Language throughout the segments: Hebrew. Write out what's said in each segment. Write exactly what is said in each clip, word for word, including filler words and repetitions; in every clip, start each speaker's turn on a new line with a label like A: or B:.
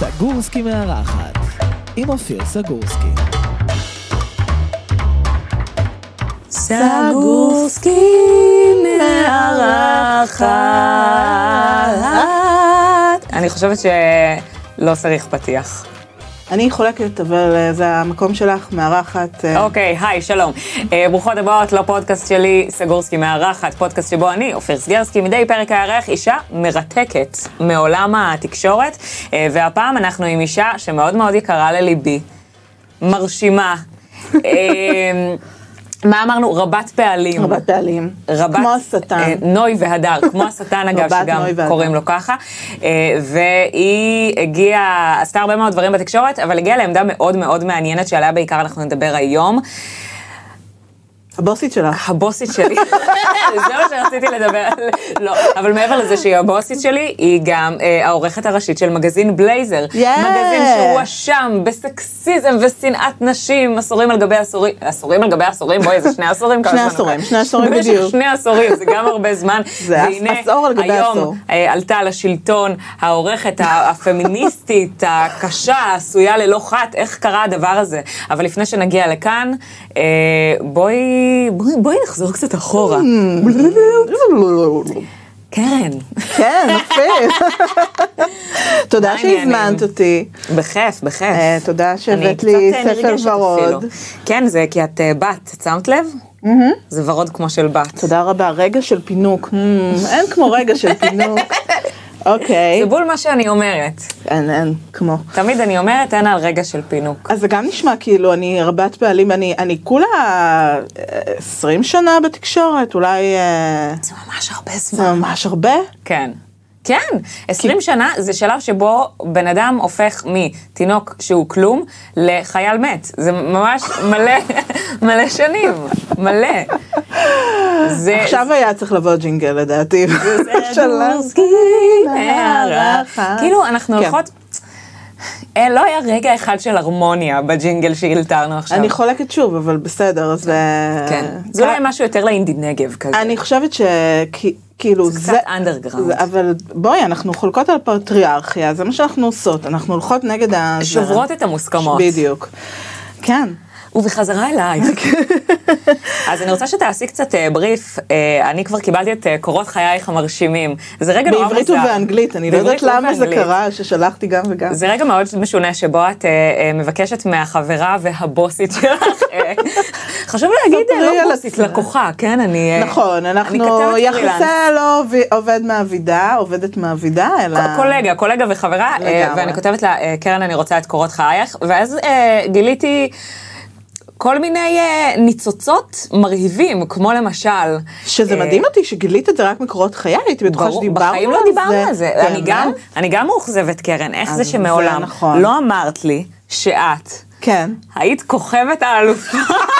A: סגורסקי מארחת עם אופיר סגורסקי.
B: סגורסקי מארחת. אני חושבת שלא צריך פתיח.
C: אני חולקת, אבל זה המקום שלך, מארחת.
B: אוקיי, היי, שלום. ברוכות הבאות לפודקאסט שלי, סגורסקי מארחת, פודקאסט שבו אני, אופיר סגורסקי, מדי פרק הארח אישה מרתקת מעולם התקשורת, והפעם אנחנו עם אישה שמאוד מאוד יקרה לליבי, מרשימה. מה אמרנו? רבת פעלים.
C: רבת פעלים.
B: רבת,
C: כמו השטן.
B: נוי והדר, כמו השטן אגב, שגם קוראים לו ככה. והיא הגיעה, עשתה הרבה מאוד דברים בתקשורת, אבל הגיעה לעמדה מאוד מאוד מעניינת, שעליה בעיקר אנחנו נדבר היום.
C: הבוסית שלך.
B: הבוסית שלי. זה מה שרציתי לדבר. לא, אבל מעבר לזה שהיא הבוסית שלי, היא גם אה, העורכת הראשית של מגזין בלייזר.
C: Yeah.
B: מגזין שהוא אשם בסקסיזם ושנאת נשים, עשורים על גבי עשורים. עשורים על גבי עשורים? בואי, זה שני עשורים.
C: שני עשורים, שני עשורים בדיוק.
B: במשך שני עשורים, זה גם הרבה זמן.
C: זה עשור על גבי עשור.
B: היום אה, עלתה לשלטון העורכת הפמיניסטית, הקשה, העשויה ללא חת. איך קרה הדבר הזה? אבל לפני שנגיע לכאן, אה, בואי בואי, בואי נחזור קצת אחורה. קרן.
C: כן, אופיר. תודה שהזמנת אותי.
B: בכיף, בכיף.
C: תודה שהבאת לי ספר ורוד.
B: כן, זה כי את בת, שמת לב? זה ורוד כמו של בת.
C: תודה רבה, רגע של פינוק. אין כמו רגע של פינוק. אוקיי.
B: זה בול מה שאני אומרת.
C: אין, אין, כמו.
B: תמיד אני אומרת, אין על רגע של פינוק.
C: אז זה גם נשמע כאילו, אני רבת פעלים, אני, אני כולה עשרים שנה בתקשורת, אולי...
B: זה ממש הרבה זמן.
C: זה ממש הרבה?
B: כן. כן, עשרים שנה זה שלב שבו בן אדם הופך מתינוק שהוא כלום לחייל מת. זה ממש מלא, מלא שנים, מלא.
C: עכשיו היה צריך לבוא ג'ינגל לדעתי.
B: סגורסקי מארחת. כאילו אנחנו הולכות... לא היה רגע אחד של הרמוניה בג'ינגל שהילתרנו עכשיו.
C: אני חולקת שוב, אבל בסדר, אז...
B: כן, זה אולי משהו יותר לאינדי נגב כזה.
C: אני חושבת ש... כאילו
B: זה קצת אנדרגראונד.
C: אבל בואי, אנחנו חולקות על פטריארכיה, זה מה שאנחנו עושות, אנחנו הולכות נגד ה...
B: שוברות את המוסכמות.
C: בדיוק. כן.
B: ובחזרה אליי. אז אני רוצה שתעשי קצת בריף, אני כבר קיבלתי את קורות חייך המרשימים. זה רגע נורא מוזר.
C: בעברית ובאנגלית, אני לא יודעת למה זה קרה, ששלחתי גם וגם.
B: זה רגע מאוד משונה, שבו את מבקשת מהחברה והבוסית שלך. חשוב להגיד לא בוסית, לקוחה, כן?
C: נכון, אנחנו יחסי לא עובד מעבידה, עובדת מעבידה, אלא...
B: קולגה, קולגה וחברה, ואני כותבת לה, קרן, אני רוצה את קורות חייך, ואז גיליתי... כל מיני uh, ניצוצות מרהיבים, כמו למשל...
C: שזה uh, מדהים אותי שגילית את זה רק מקורות חיי, הייתי בטוחה שדיברנו על זה.
B: בחיים לא דיברנו על זה. אני גם, אני גם מאוכזבת, קרן, איך זה שמעולם
C: נכון.
B: לא אמרת לי שאת
C: כן.
B: היית כוכבת האלופה.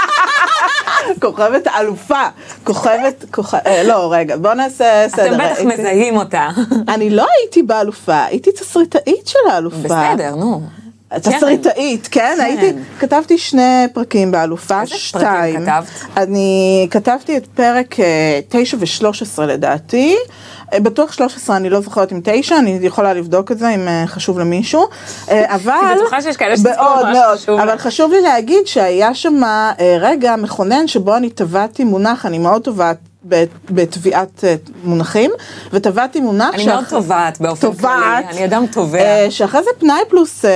C: כוכבת האלופה. כוכבת, כוכבת, לא, רגע, בוא נעשה סדר.
B: אתם בטח מזהים אותה.
C: אני לא הייתי באלופה, הייתי תסריטאית של האלופה.
B: בסדר, נו.
C: תסריטאית, כן, הייתי, כתבתי שני פרקים באלופה, שתיים.
B: איזה פרקים כתבת?
C: אני כתבתי את פרק תשע ושלוש עשרה לדעתי, בטוח שלוש עשרה, אני לא זוכרת עם תשע, אני יכולה לבדוק את זה אם חשוב למישהו, אבל...
B: אני בטוחה שיש כאלה שזה ממש חשוב.
C: אבל חשוב לי להגיד שהיה שם רגע מכונן שבו אני טבעתי מונח, אני מאוד טובעת, בתביעת מונחים, וטבעתי מונח...
B: אני מאוד טובעת באופן כללי, אני אדם טובע.
C: שאחרי זה פנאי פלוס,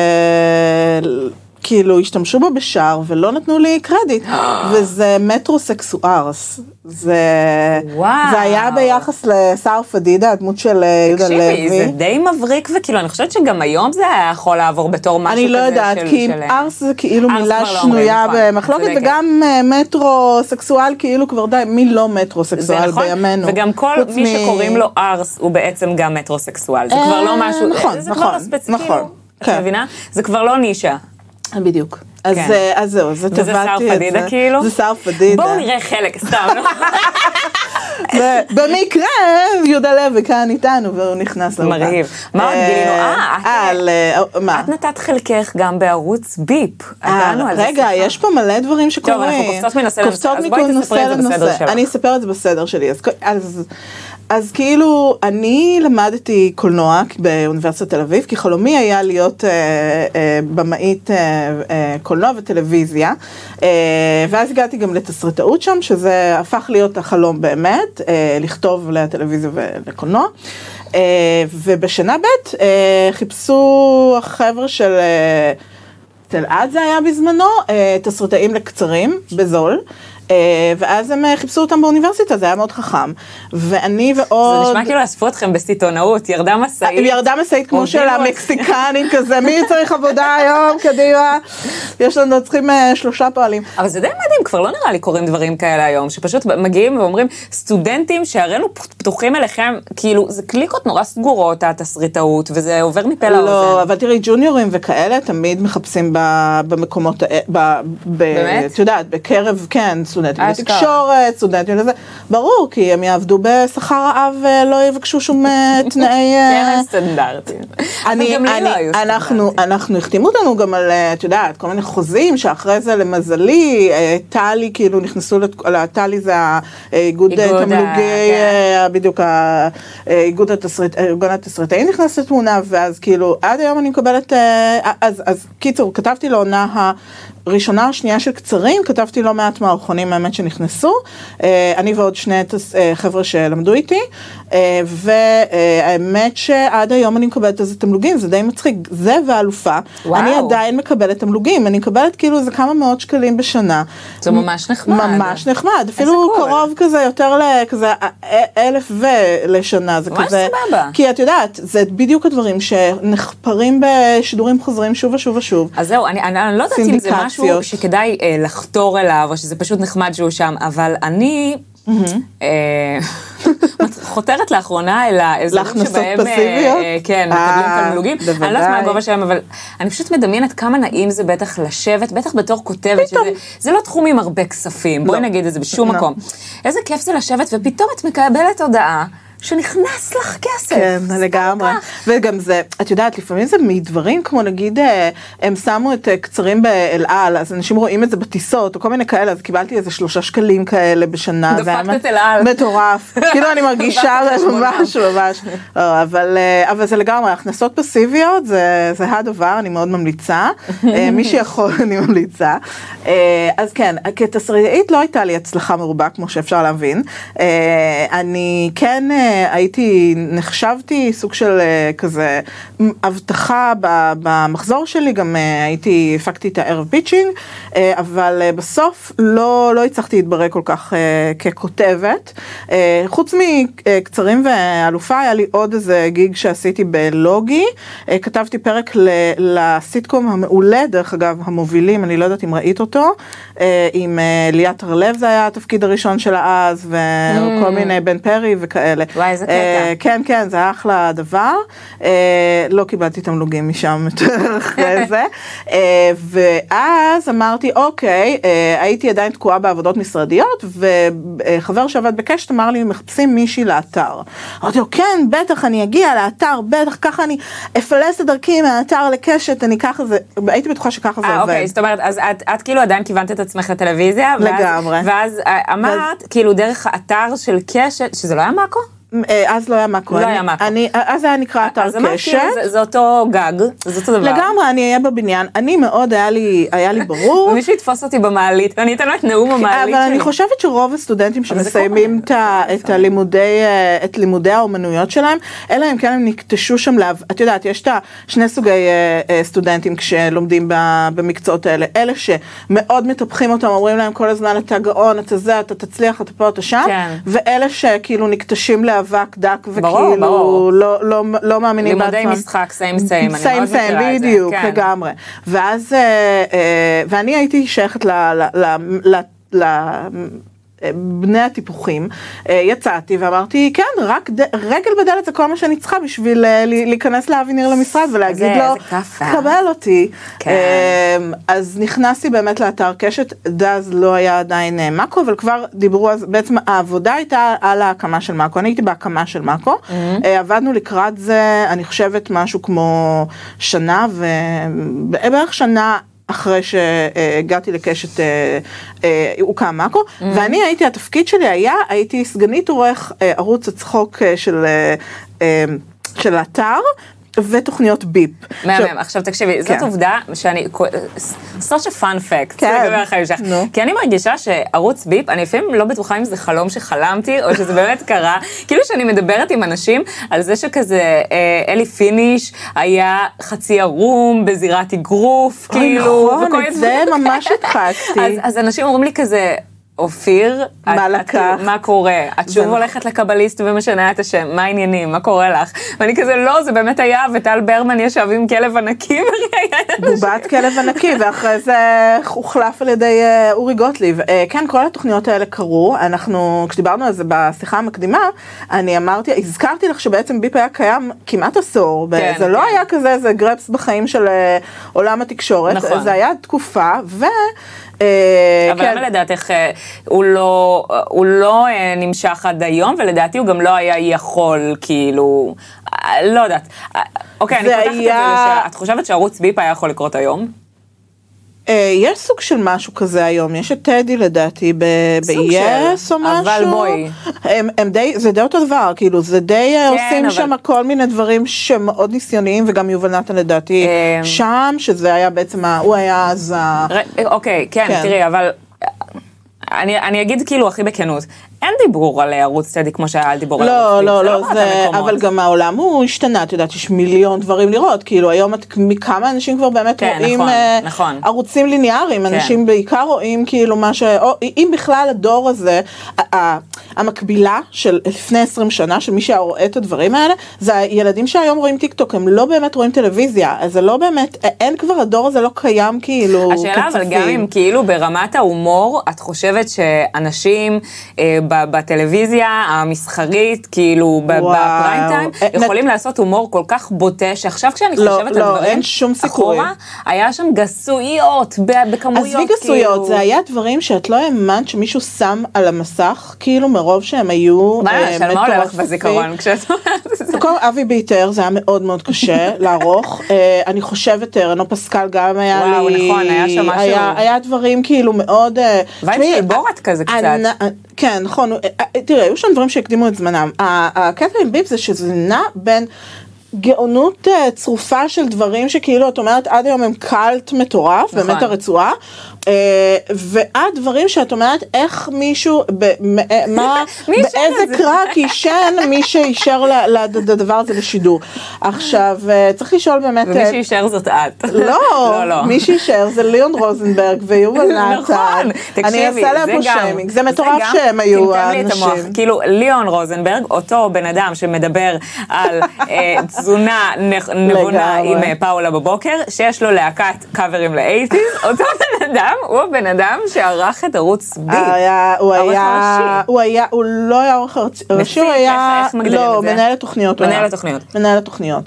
C: כאילו, השתמשו בו בשער, ולא נתנו לי קרדיט, וזה מטרוסקסוארס. זה היה ביחס לסער פדידה, הדמות של יהודה לוי.
B: תקשיבי, זה די מבריק, וכאילו, אני חושבת שגם היום זה היה יכול לעבור בתור משהו כזה.
C: אני לא יודעת, כי ארס זה כאילו מילה שנויה במחלוקת, וגם מטרוסקסואל כאילו כבר די, מי לא מטרוסקסואל בימינו?
B: וגם כל מי שקוראים לו ארס, הוא בעצם גם מטרוסקסואל. זה כבר לא משהו, זה כבר לא ספציפי, את מבינה? זה כבר לא נישה.
C: בדיוק. אז, כן. אז זהו, זה טבעתי את זה.
B: וזה סער פדידה כאילו?
C: זה סער פדידה.
B: בואו נראה חלק, סתם.
C: ו... במקרה, יהודה לוי כאן איתנו, והוא נכנס לאולפן.
B: מרהיב. מה עוד גילינו? אה, את נתת חלקך גם בערוץ ביפ.
C: רגע, יש פה מלא דברים שקורים.
B: טוב, אנחנו קופצות מנושא לנושא, אז בואי תספרי את זה בסדר שלך.
C: אני אספר את זה בסדר שלי. אז... אז כאילו, אני למדתי קולנוע באוניברסיטת תל אביב, כי חלומי היה להיות אה, אה, במאית אה, אה, קולנוע וטלוויזיה, אה, ואז הגעתי גם לתסריטאות שם, שזה הפך להיות החלום באמת, אה, לכתוב לטלוויזיה ולקולנוע, אה, ובשנה ב' אה, חיפשו החבר'ה של אה, תלעד זה היה בזמנו, אה, תסריטאים לקצרים, בזול, ואז הם חיפשו אותם באוניברסיטה, זה היה מאוד חכם, ואני ועוד...
B: זה נשמע כאילו אספו אתכם בסיטונאות, ירדה מסעית.
C: ירדה מסעית כמו של המקסיקנים כזה, מי צריך עבודה היום, קדימה, יש לנו, צריכים שלושה פועלים.
B: אבל זה די מדהים, כבר לא נראה לי קוראים דברים כאלה היום, שפשוט מגיעים ואומרים, סטודנטים שהראינו פתוחים אליכם, כאילו, זה קליקות נורא סגורות, התסריטאות, וזה עובר מפה לאוזן.
C: לא, אבל תראי, ג'וניורים וכאלה תמיד מחפשים במקומות, באמת? את יודעת, בקרב, כן, סטודנטים בתקשורת, סטודנטים לזה, ברור, כי הם יעבדו בשכר רעב ולא יבקשו שום תנאי...
B: כן, סטנדרטים.
C: אנחנו החתימו אותנו גם על, את יודעת, כל מיני חוזים, שאחרי זה למזלי, טלי, כאילו נכנסו, טלי זה האיגוד תמלוגי, בדיוק האיגוד התסריטאי נכנס לתמונה, ואז כאילו, עד היום אני מקבלת, אז קיצור, כתבתי לעונה ראשונה או שנייה של קצרים, כתבתי לא מעט מערכונים האמת שנכנסו, אני ועוד שני חבר'ה שלמדו איתי, והאמת שעד היום אני מקבלת איזה תמלוגים, זה די מצחיק, זה ואלופה, אני עדיין מקבלת תמלוגים, אני מקבלת כאילו איזה כמה מאות שקלים בשנה.
B: זה ממש נחמד.
C: ממש נחמד, אפילו קרוב כזה, יותר לכזה אלף ולשנה, זה כזה, כי את יודעת, זה בדיוק הדברים שנחפרים בשידורים חוזרים שוב ושוב ושוב.
B: אז זהו, אני לא יודעת אם זה משהו שכדאי אה, לחתור אליו, או שזה פשוט נחמד שהוא שם, אבל אני אה, חותרת לאחרונה אל האזורים שבהם, אה, כן, מקבלים תמלוגים. אני לא יודעת מה הגובה שלהם, אבל אני פשוט מדמיינת כמה נעים זה בטח לשבת, בטח בתור כותבת, שזה, זה לא תחום עם הרבה כספים, בואי נגיד את זה בשום מקום. איזה כיף זה לשבת, ופתאום את מקבלת הודעה, שנכנס לך כסף.
C: כן, לגמרי. וגם זה, את יודעת, לפעמים זה מדברים, כמו נגיד, הם שמו את קצרים באל-על, אז אנשים רואים את זה בטיסות, או כל מיני כאלה, אז קיבלתי איזה שלושה שקלים כאלה בשנה.
B: דפקת את אל-על.
C: מטורף. כאילו אני מרגישה ממש, ממש. אבל זה לגמרי, הכנסות פסיביות, זה הדבר, אני מאוד ממליצה. מי שיכול, אני ממליצה. אז כן, כתסריטאית לא הייתה לי הצלחה מרובה, כמו שאפשר להבין. אני כן... הייתי, נחשבתי סוג של כזה הבטחה במחזור שלי, גם הייתי, הפקתי את הערב פיצ'ינג, אבל בסוף לא, לא הצלחתי להתברג כל כך ככותבת. חוץ מקצרים ואלופה, היה לי עוד איזה גיג שעשיתי בלוגי, כתבתי פרק לסיטקום המעולה, דרך אגב, המובילים, אני לא יודעת אם ראית אותו, עם ליאת הרלב, זה היה התפקיד הראשון שלה אז, וכל מיני בן פרי וכאלה.
B: וואי, איזה קטע.
C: כן, כן, זה היה אחלה דבר. לא קיבלתי תמלוגים משם יותר אחרי זה. ואז אמרתי, אוקיי, הייתי עדיין תקועה בעבודות משרדיות, וחבר שעבד בקשת אמר לי, מחפשים מישהי לאתר. אמרתי לו, כן, בטח אני אגיע לאתר, בטח, ככה אני אפלס את דרכי מהאתר לקשת, אני ככה זה, הייתי בטוחה שככה זה עובד.
B: אוקיי, זאת אומרת, אז את כאילו עדיין כיוונת את עצמך לטלוויזיה,
C: לגמרי.
B: ואז אמרת, כאילו דרך האתר של קשת, שזה לא היה מאקו?
C: אז לא היה מאקו.
B: לא היה מאקו.
C: אז היה נקרא אתר קשת.
B: זה אותו גג, זה אותו דבר.
C: לגמרי, אני אהיה בבניין. אני מאוד, היה לי ברור.
B: ומישהו יתפוס אותי במעלית, ואני אתן לו את נאום המעלית שלי.
C: אבל אני חושבת שרוב הסטודנטים שמסיימים את לימודי האומנויות שלהם, אלא אם כן הם נקטשו שם להב... את יודעת, יש את שני סוגי סטודנטים כשלומדים במקצועות האלה. אלה שמאוד מטפחים אותם, אומרים להם כל הזמן, אתה גאון, אתה זה, אתה תצליח, אתה פה, אתה שם. ואלה שכאילו נקטשים להאבק דק, וכאילו לא, לא, לא מאמינים בעצמם.
B: לימודי משחק, סיים סיים, אני מאוד מכירה את זה.
C: בדיוק, לגמרי. ואז, ואני הייתי שייכת ל... בני הטיפוחים, יצאתי ואמרתי, כן, רק רגל בדלת זה כל מה שאני צריכה בשביל להיכנס לאבי ניר למשרד ולהגיד לו, קבל אותי. אז נכנסתי באמת לאתר קשת, דאז לא היה עדיין מאקו, אבל כבר דיברו, אז בעצם העבודה הייתה על ההקמה של מאקו, אני הייתי בהקמה של מאקו, עבדנו לקראת זה, אני חושבת משהו כמו שנה, ובערך שנה אחרי שהגעתי לקשת הוקם מאקו, ואני הייתי, התפקיד שלי היה, הייתי סגנית עורך ערוץ הצחוק של של אתר, ותוכניות ביפ.
B: מהמם, עכשיו תקשיבי, זאת עובדה שאני, such a fun fact, כי אני מרגישה שערוץ ביפ, אני לפעמים לא בטוחה אם זה חלום שחלמתי, או שזה באמת קרה, כאילו שאני מדברת עם אנשים על זה שכזה אלי פיניש היה חצי ערום בזירת אגרוף, כאילו,
C: נכון, את זה ממש התחקתי.
B: אז אנשים אומרים לי כזה, אופיר, מה קורה? את שוב הולכת לקבליסט ומשנה את השם, מה העניינים, מה קורה לך? ואני כזה, לא, זה באמת היה, וטל ברמן ישב עם כלב ענקי,
C: בובת כלב ענקי, ואחרי זה הוחלף על ידי אורי גוטליב. כן, כל התוכניות האלה קרו, אנחנו, כשדיברנו על זה בשיחה המקדימה, אני אמרתי, הזכרתי לך שבעצם ביפ היה קיים כמעט עשור, זה לא היה כזה, זה גרפס בחיים של עולם התקשורת, זה היה תקופה, ו...
B: אבל למה לדעתך הוא לא, הוא לא נמשך עד היום, ולדעתי הוא גם לא היה יכול, כאילו, לא יודעת. אוקיי, אני פותחת את זה לשאלה. את חושבת שערוץ ביפ היה יכול לקרות היום?
C: יש סוג של משהו כזה היום, יש את טדי לדעתי ב-yes או משהו.
B: אבל בואי.
C: הם די, זה די אותו דבר, כאילו, זה די עושים שם כל מיני דברים שמאוד ניסיוניים, וגם יובל נתן לדעתי שם, שזה היה בעצם, הוא היה אז...
B: אוקיי, כן, תראי, אבל... אני, אני אגיד כאילו הכי בכנות, אין דיבור על ערוץ צדי כמו שהיה על דיבור על ערוץ צדי.
C: לא, לא, לא, זה, אבל גם העולם הוא השתנה, את יודעת, יש מיליון דברים לראות, כאילו היום מכמה אנשים כבר באמת
B: כן,
C: רואים
B: נכון,
C: uh,
B: נכון.
C: ערוצים ליניאריים,
B: כן.
C: אנשים בעיקר רואים כאילו מה ש... או, אם בכלל הדור הזה, המקבילה של לפני עשרים שנה, של מי שרואה את הדברים האלה, זה הילדים שהיום רואים טיק טוק, הם לא באמת רואים טלוויזיה, אז זה לא באמת, אין כבר, הדור הזה לא קיים כאילו
B: השאלה
C: כצפים.
B: אבל גם אם כאילו ברמת ההומור, את חושבת שאנשים אה, בטלוויזיה המסחרית, כאילו בפריים טיים, יכולים לעשות הומור כל כך בוטה, שעכשיו כשאני חושבת על דברים, אחורה, היה שם גסויות בכמויות.
C: עזבי גסויות, זה היה דברים שאת לא האמנת שמישהו שם על המסך, כאילו מרוב שהם היו
B: מטורפים. מה עולה לך בזיכרון כשאת אומרת את זה?
C: כל אבי ביטר, זה היה מאוד מאוד קשה לערוך. אני חושבת, רנו פסקל גם היה לי...
B: וואו, נכון, היה שם משהו.
C: היה דברים כאילו מאוד...
B: וייב של בורת כזה קצת.
C: כן, נכון. תראה, היו שם דברים שהקדימו את זמנם. הקטע עם ביפ זה שזה נע בין גאונות צרופה של דברים שכאילו, את אומרת, עד היום הם קלט מטורף, באמת הרצועה, ועד דברים שאת אומרת, איך מישהו, באיזה קרק אישן מי שישר לדבר הזה לשידור. עכשיו, צריך לשאול באמת...
B: ומי שישר זאת את.
C: לא, מי שישר זה ליאון רוזנברג ויובל נתן.
B: נכון, תקשיבי,
C: אני אעשה להם פה שיימינג. זה מטורף שהם היו האנשים.
B: כאילו, ליאון רוזנברג, אותו בן אדם שמדבר על תזונה נבונה עם פאולה בבוקר, שיש לו להקת קאברים לאייטיז, אותו בן אדם, הוא הבן אדם שערך את ערוץ ביפ.
C: הוא היה, הוא היה, הוא לא היה עורך ראשי, הוא היה, לא, מנהל התוכניות.
B: מנהל התוכניות.
C: מנהל התוכניות.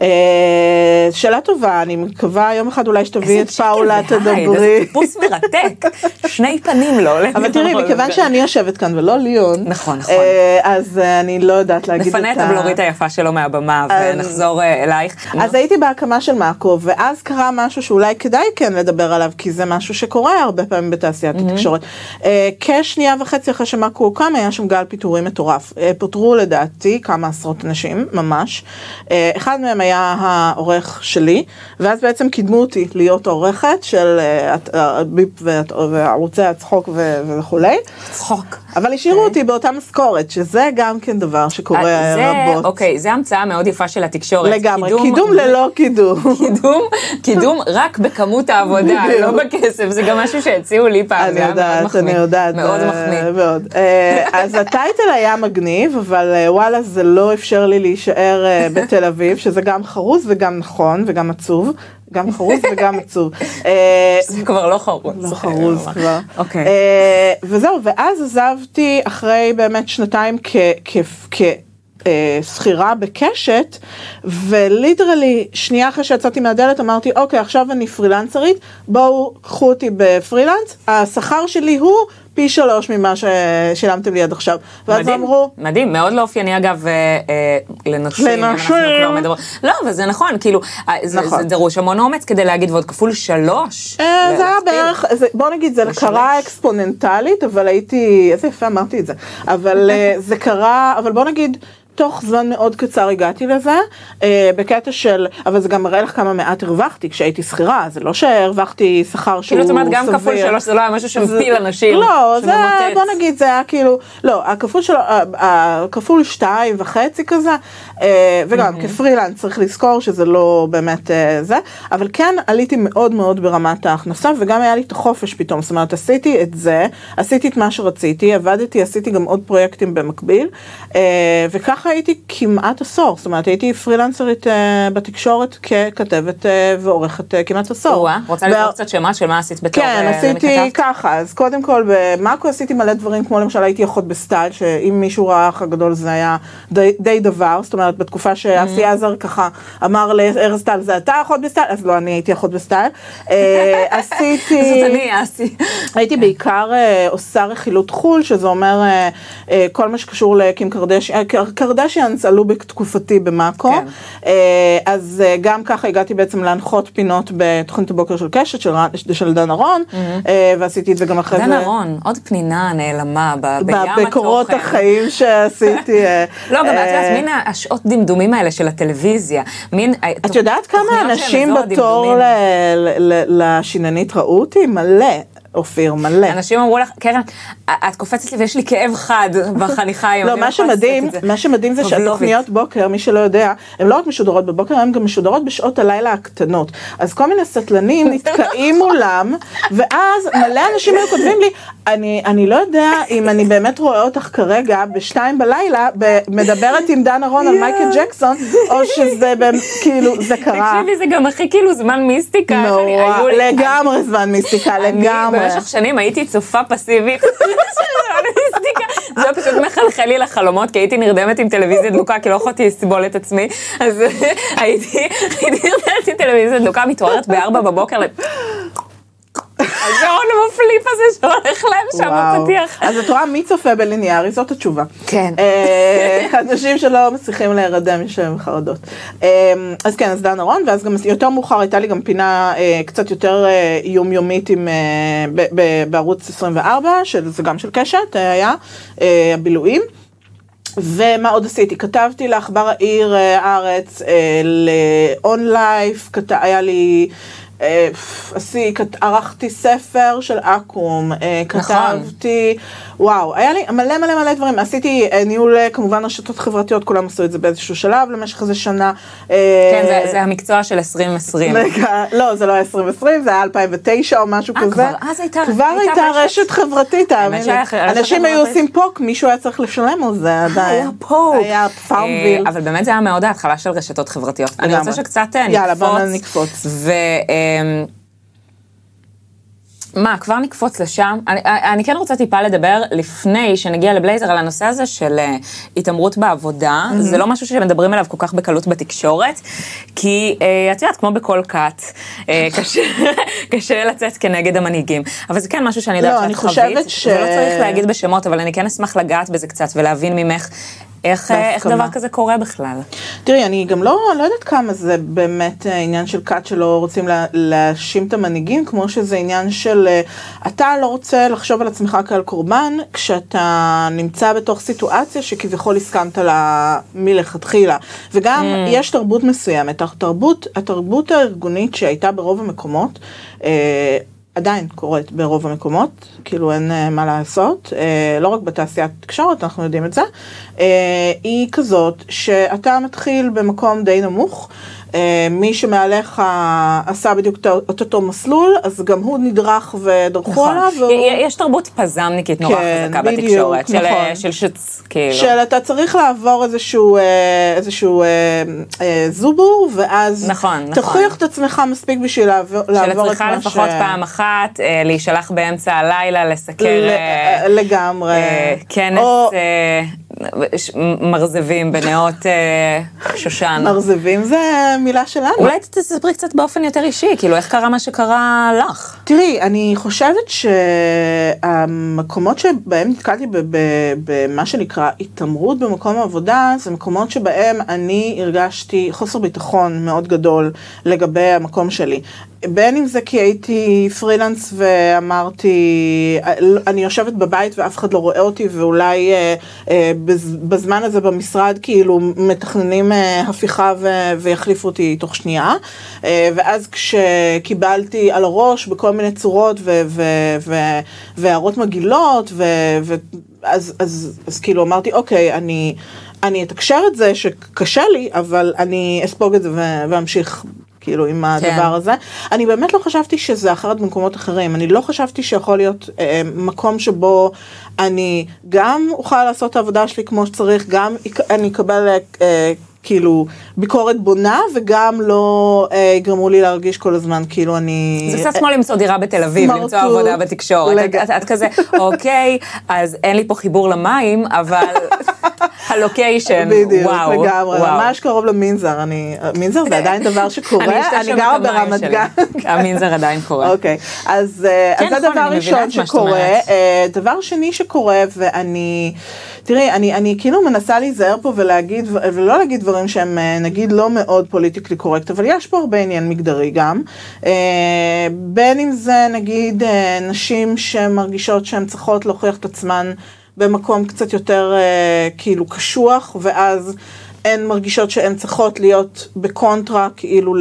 C: שאלה טובה, אני מקווה יום אחד אולי שתביא את פאולה, תדברי.
B: איזה טיפוס מרתק, שני פנים לו.
C: אבל תראי, מכיוון שאני יושבת כאן ולא ליאון,
B: נכון, נכון.
C: אז אני לא יודעת להגיד את ה...
B: נפנה את הבלורית היפה שלו מהבמה ונחזור אלייך.
C: אז הייתי בהקמה של מאקו, ואז קרה משהו שאולי כדאי כן לדבר עליו, כי זה משהו שקורה הרבה פעמים בתעשיית התקשורת. כשנייה וחצי אחרי שמאקו הוקם, היה שם גל פיטורים מטורף. פוטרו לדעתי כמה עשרות אנשים, ממש. אחד מהם היה העורך שלי, ואז בעצם קידמו אותי להיות העורכת של ביפ וערוצי הצחוק וכולי.
B: צחוק.
C: אבל השאירו אותי באותה משכורת, שזה גם כן דבר שקורה רבות.
B: אוקיי, זה המצאה מאוד יפה של התקשורת.
C: לגמרי, קידום ללא קידום.
B: קידום, קידום רק בכמות העבודה, לא בכסף. זה גם משהו שהציעו לי פעם.
C: אני יודעת, אני יודעת.
B: מאוד מחמיא.
C: מאוד. אז הטייטל היה מגניב, אבל וואלה, זה לא אפשר לי להישאר בתל אביב, שזה גם חרוז וגם נכון וגם עצוב. גם חרוז וגם עצוב.
B: זה כבר לא חרוז.
C: לא חרוז כבר.
B: אוקיי.
C: וזהו, ואז עזבתי אחרי באמת שנתיים כ... שכירה בקשת, וליטרלי, שנייה אחרי שיצאתי מהדלת, אמרתי, אוקיי, עכשיו אני פרילנסרית, בואו, קחו אותי בפרילנס, השכר שלי הוא פי שלוש ממה ששילמתם לי עד עכשיו. ואז אמרו...
B: מדהים, מאוד לא אופייני אגב לנשים.
C: לנשים.
B: לא, אבל זה נכון, כאילו, זה דרוש המון אומץ כדי להגיד, ועוד כפול שלוש.
C: זה היה בערך, בוא נגיד, זה קרה אקספוננטלית, אבל הייתי, איזה יפה אמרתי את זה, אבל זה קרה, אבל בוא נגיד, תוך זמן מאוד קצר הגעתי לזה, בקטע של, אבל זה גם מראה לך כמה מעט הרווחתי כשהייתי שכירה, זה לא שהרווחתי שכר שהוא סביר. כאילו, זאת אומרת, גם כפול שלוש, זה לא היה משהו שמפיל אנשים. לא, זה, בוא נגיד, זה היה כאילו, לא, הכפול שלו, הכפול שתיים וחצי כזה, וגם כפרילנס צריך לזכור שזה לא באמת זה, אבל כן עליתי מאוד מאוד ברמת ההכנסה, וגם היה לי את החופש פתאום, זאת אומרת, עשיתי את זה, עשיתי את מה שרציתי, עבדתי, עשיתי גם עוד פרויקטים במקביל, וכך הייתי כמעט עשור, זאת אומרת, הייתי פרילנסרית בתקשורת ככתבת ועורכת כמעט עשור.
B: רוצה לקרוא קצת שמה של מה עשית בתור
C: כן, עשיתי ככה, אז קודם כל במאקו עשיתי מלא דברים, כמו למשל הייתי אחות בסטייל, שאם מישהו ראה אח הגדול זה היה די דבר, זאת אומרת, בתקופה שאסי עזר ככה אמר לארז סטייל, זה אתה אחות בסטייל, אז לא, אני הייתי אחות בסטייל. עשיתי...
B: זאת אני, אסי.
C: הייתי בעיקר עושה רכילות חול, שזה אומר כל מה שקשור לקים קרדשיאן, קרדשיאנס עלו בתקופתי במאקו, כן. אז גם ככה הגעתי בעצם להנחות פינות בתוכנית הבוקר של קשת, של, של דן ארון, mm-hmm. ועשיתי את זה גם אחרי
B: דן
C: זה.
B: דן ארון, עוד פנינה נעלמה בים התוכן.
C: בקורות החיים שעשיתי.
B: לא, גם את יודעת, מין השעות דמדומים האלה של הטלוויזיה. מין,
C: את יודעת כמה אנשים בתור לשיננית ראו אותי? מלא. אופיר, מלא.
B: אנשים אמרו לך, קרן, את קופצת לי ויש לי כאב חד בחניכה היום.
C: לא, מה שמדהים, מה שמדהים זה שהתוכניות בוקר, מי שלא יודע, הן לא רק משודרות בבוקר, הן גם משודרות בשעות הלילה הקטנות. אז כל מיני סטלנים נתקעים מולם, ואז מלא אנשים היו כותבים לי, אני, אני לא יודע אם אני באמת רואה אותך כרגע בשתיים בלילה, מדברת עם דן ארון על מייקל ג'קסון, או שזה כאילו, זה קרה.
B: תקשיבי, זה גם הכי כאילו זמן מיסטיקה.
C: נורא, לגמרי זמן מיסטיקה, לגמרי.
B: במשך שנים הייתי צופה פסיבית. זה פשוט מחלחל לי לחלומות, כי הייתי נרדמת עם טלוויזיה דלוקה, כי לא יכולתי לסבול את עצמי. אז הייתי נרדמת עם טלוויזיה דלוקה, מתעוררת בארבע בבוקר. הגאון המפליפ הזה שהולך להם שם בפתיח.
C: אז את רואה מי צופה בליניארי, זאת התשובה.
B: כן.
C: אנשים שלא מצליחים להירדם משם חרדות. אז כן, אז דן ארון, ואז גם יותר מאוחר הייתה לי גם פינה קצת יותר יומיומית בערוץ עשרים וארבע, שזה גם של קשת, היה הבילויים. ומה עוד עשיתי? כתבתי לאחבר העיר הארץ, לאונלייף, היה לי... ערכתי ספר של אקום, כתבתי, וואו, היה לי מלא מלא מלא דברים, עשיתי ניהול כמובן רשתות חברתיות, כולם עשו את זה באיזשהו שלב למשך איזה שנה.
B: כן, זה המקצוע של עשרים עשרים.
C: לא, זה לא היה עשרים עשרים, זה היה אלפיים ותשע או משהו כזה.
B: כבר אז הייתה רשת.
C: כבר הייתה רשת חברתית, אנשים היו עושים פוק, מישהו היה צריך לשלם על זה עדיין.
B: היה פוק.
C: היה פארמביל.
B: אבל באמת זה היה מאוד ההתחלה של רשתות חברתיות. אני רוצה שקצת נקפוץ. מה, כבר נקפוץ לשם? אני, אני כן רוצה טיפה לדבר לפני שנגיע לבלייזר על הנושא הזה של uh, התאמרות בעבודה. Mm-hmm. זה לא משהו שמדברים עליו כל כך בקלות בתקשורת, כי uh, את יודעת, כמו בכל קאט, uh, קשה, קשה לצאת כנגד המנהיגים. אבל זה כן משהו שאני יודעת
C: לא,
B: שאת חווית, ש... ולא צריך להגיד בשמות, אבל אני כן אשמח לגעת בזה קצת ולהבין ממך איך, איך דבר כזה קורה בכלל?
C: תראי, אני גם לא, לא יודעת כמה זה באמת עניין של קאט שלא רוצים לה, להאשים את המנהיגים, כמו שזה עניין של, אתה לא רוצה לחשוב על עצמך כעל קורבן, כשאתה נמצא בתוך סיטואציה שכביכול הסכמת לה מלכתחילה. וגם mm. יש תרבות מסוימת, התרבות, התרבות הארגונית שהייתה ברוב המקומות, אה, עדיין קורית ברוב המקומות, כאילו אין מה לעשות, לא רק בתעשיית תקשורת, אנחנו יודעים את זה, היא כזאת שאתה מתחיל במקום די נמוך, מי שמעליך עשה בדיוק את אותו מסלול, אז גם הוא נדרך ודרכו עליו.
B: יש תרבות פזמניקית נורא חזקה בתקשורת, של שץ, כאילו.
C: של אתה צריך לעבור איזשהו זובור, ואז תוכיח את עצמך מספיק בשביל לעבור את מה ש...
B: של צריכה לפחות פעם אחת, להישלח באמצע הלילה, לסקר...
C: לגמרי.
B: כנס... מרזבים בנאות שושן.
C: מרזבים זה מילה שלנו.
B: אולי תספרי קצת באופן יותר אישי, כאילו איך קרה מה שקרה לך?
C: תראי, אני חושבת שהמקומות שבהם נתקלתי במה שנקרא התאמרות במקום העבודה, זה מקומות שבהם אני הרגשתי חוסר ביטחון מאוד גדול לגבי המקום שלי. בין אם זה כי הייתי פרילנס ואמרתי, אני יושבת בבית ואף אחד לא רואה אותי, ואולי בזמן הזה במשרד כאילו מתכננים הפיכה ויחליפו אותי תוך שנייה, ואז כשקיבלתי על הראש בכל מיני צורות והערות מגילות, אז, אז, אז כאילו אמרתי, אוקיי, אני, אני אתקשר את זה שקשה לי, אבל אני אספוג את זה ואמשיך כאילו עם הדבר הזה. אני באמת לא חשבתי שזה אחרת במקומות אחרים. אני לא חשבתי שיכול להיות אה, מקום שבו אני גם אוכל לעשות את העבודה שלי כמו שצריך, גם אני אקבל אה, כאילו ביקורת בונה, וגם לא אה, יגרמו לי להרגיש כל הזמן כאילו אני...
B: זה קצת כמו למצוא דירה בתל אביב, למצוא עבודה בתקשורת. את, את, את כזה, אוקיי, אז אין לי פה חיבור למים, אבל הלוקיישן, וואו.
C: בדיוק, לגמרי, ממש קרוב למינזר. אני, מינזר זה עדיין דבר שקורה, אני גרה ברמת גן.
B: המינזר עדיין קורה.
C: אוקיי, אז זה דבר ראשון שקורה. דבר שני שקורה, ואני... תראי, אני, אני כאילו מנסה להיזהר פה ולהגיד, ולא להגיד דברים שהם נגיד לא מאוד פוליטיקלי קורקט, אבל יש פה הרבה עניין מגדרי גם. בין אם זה נגיד נשים שמרגישות שהן צריכות להוכיח את עצמן במקום קצת יותר כאילו קשוח, ואז הן מרגישות שהן צריכות להיות בקונטרה כאילו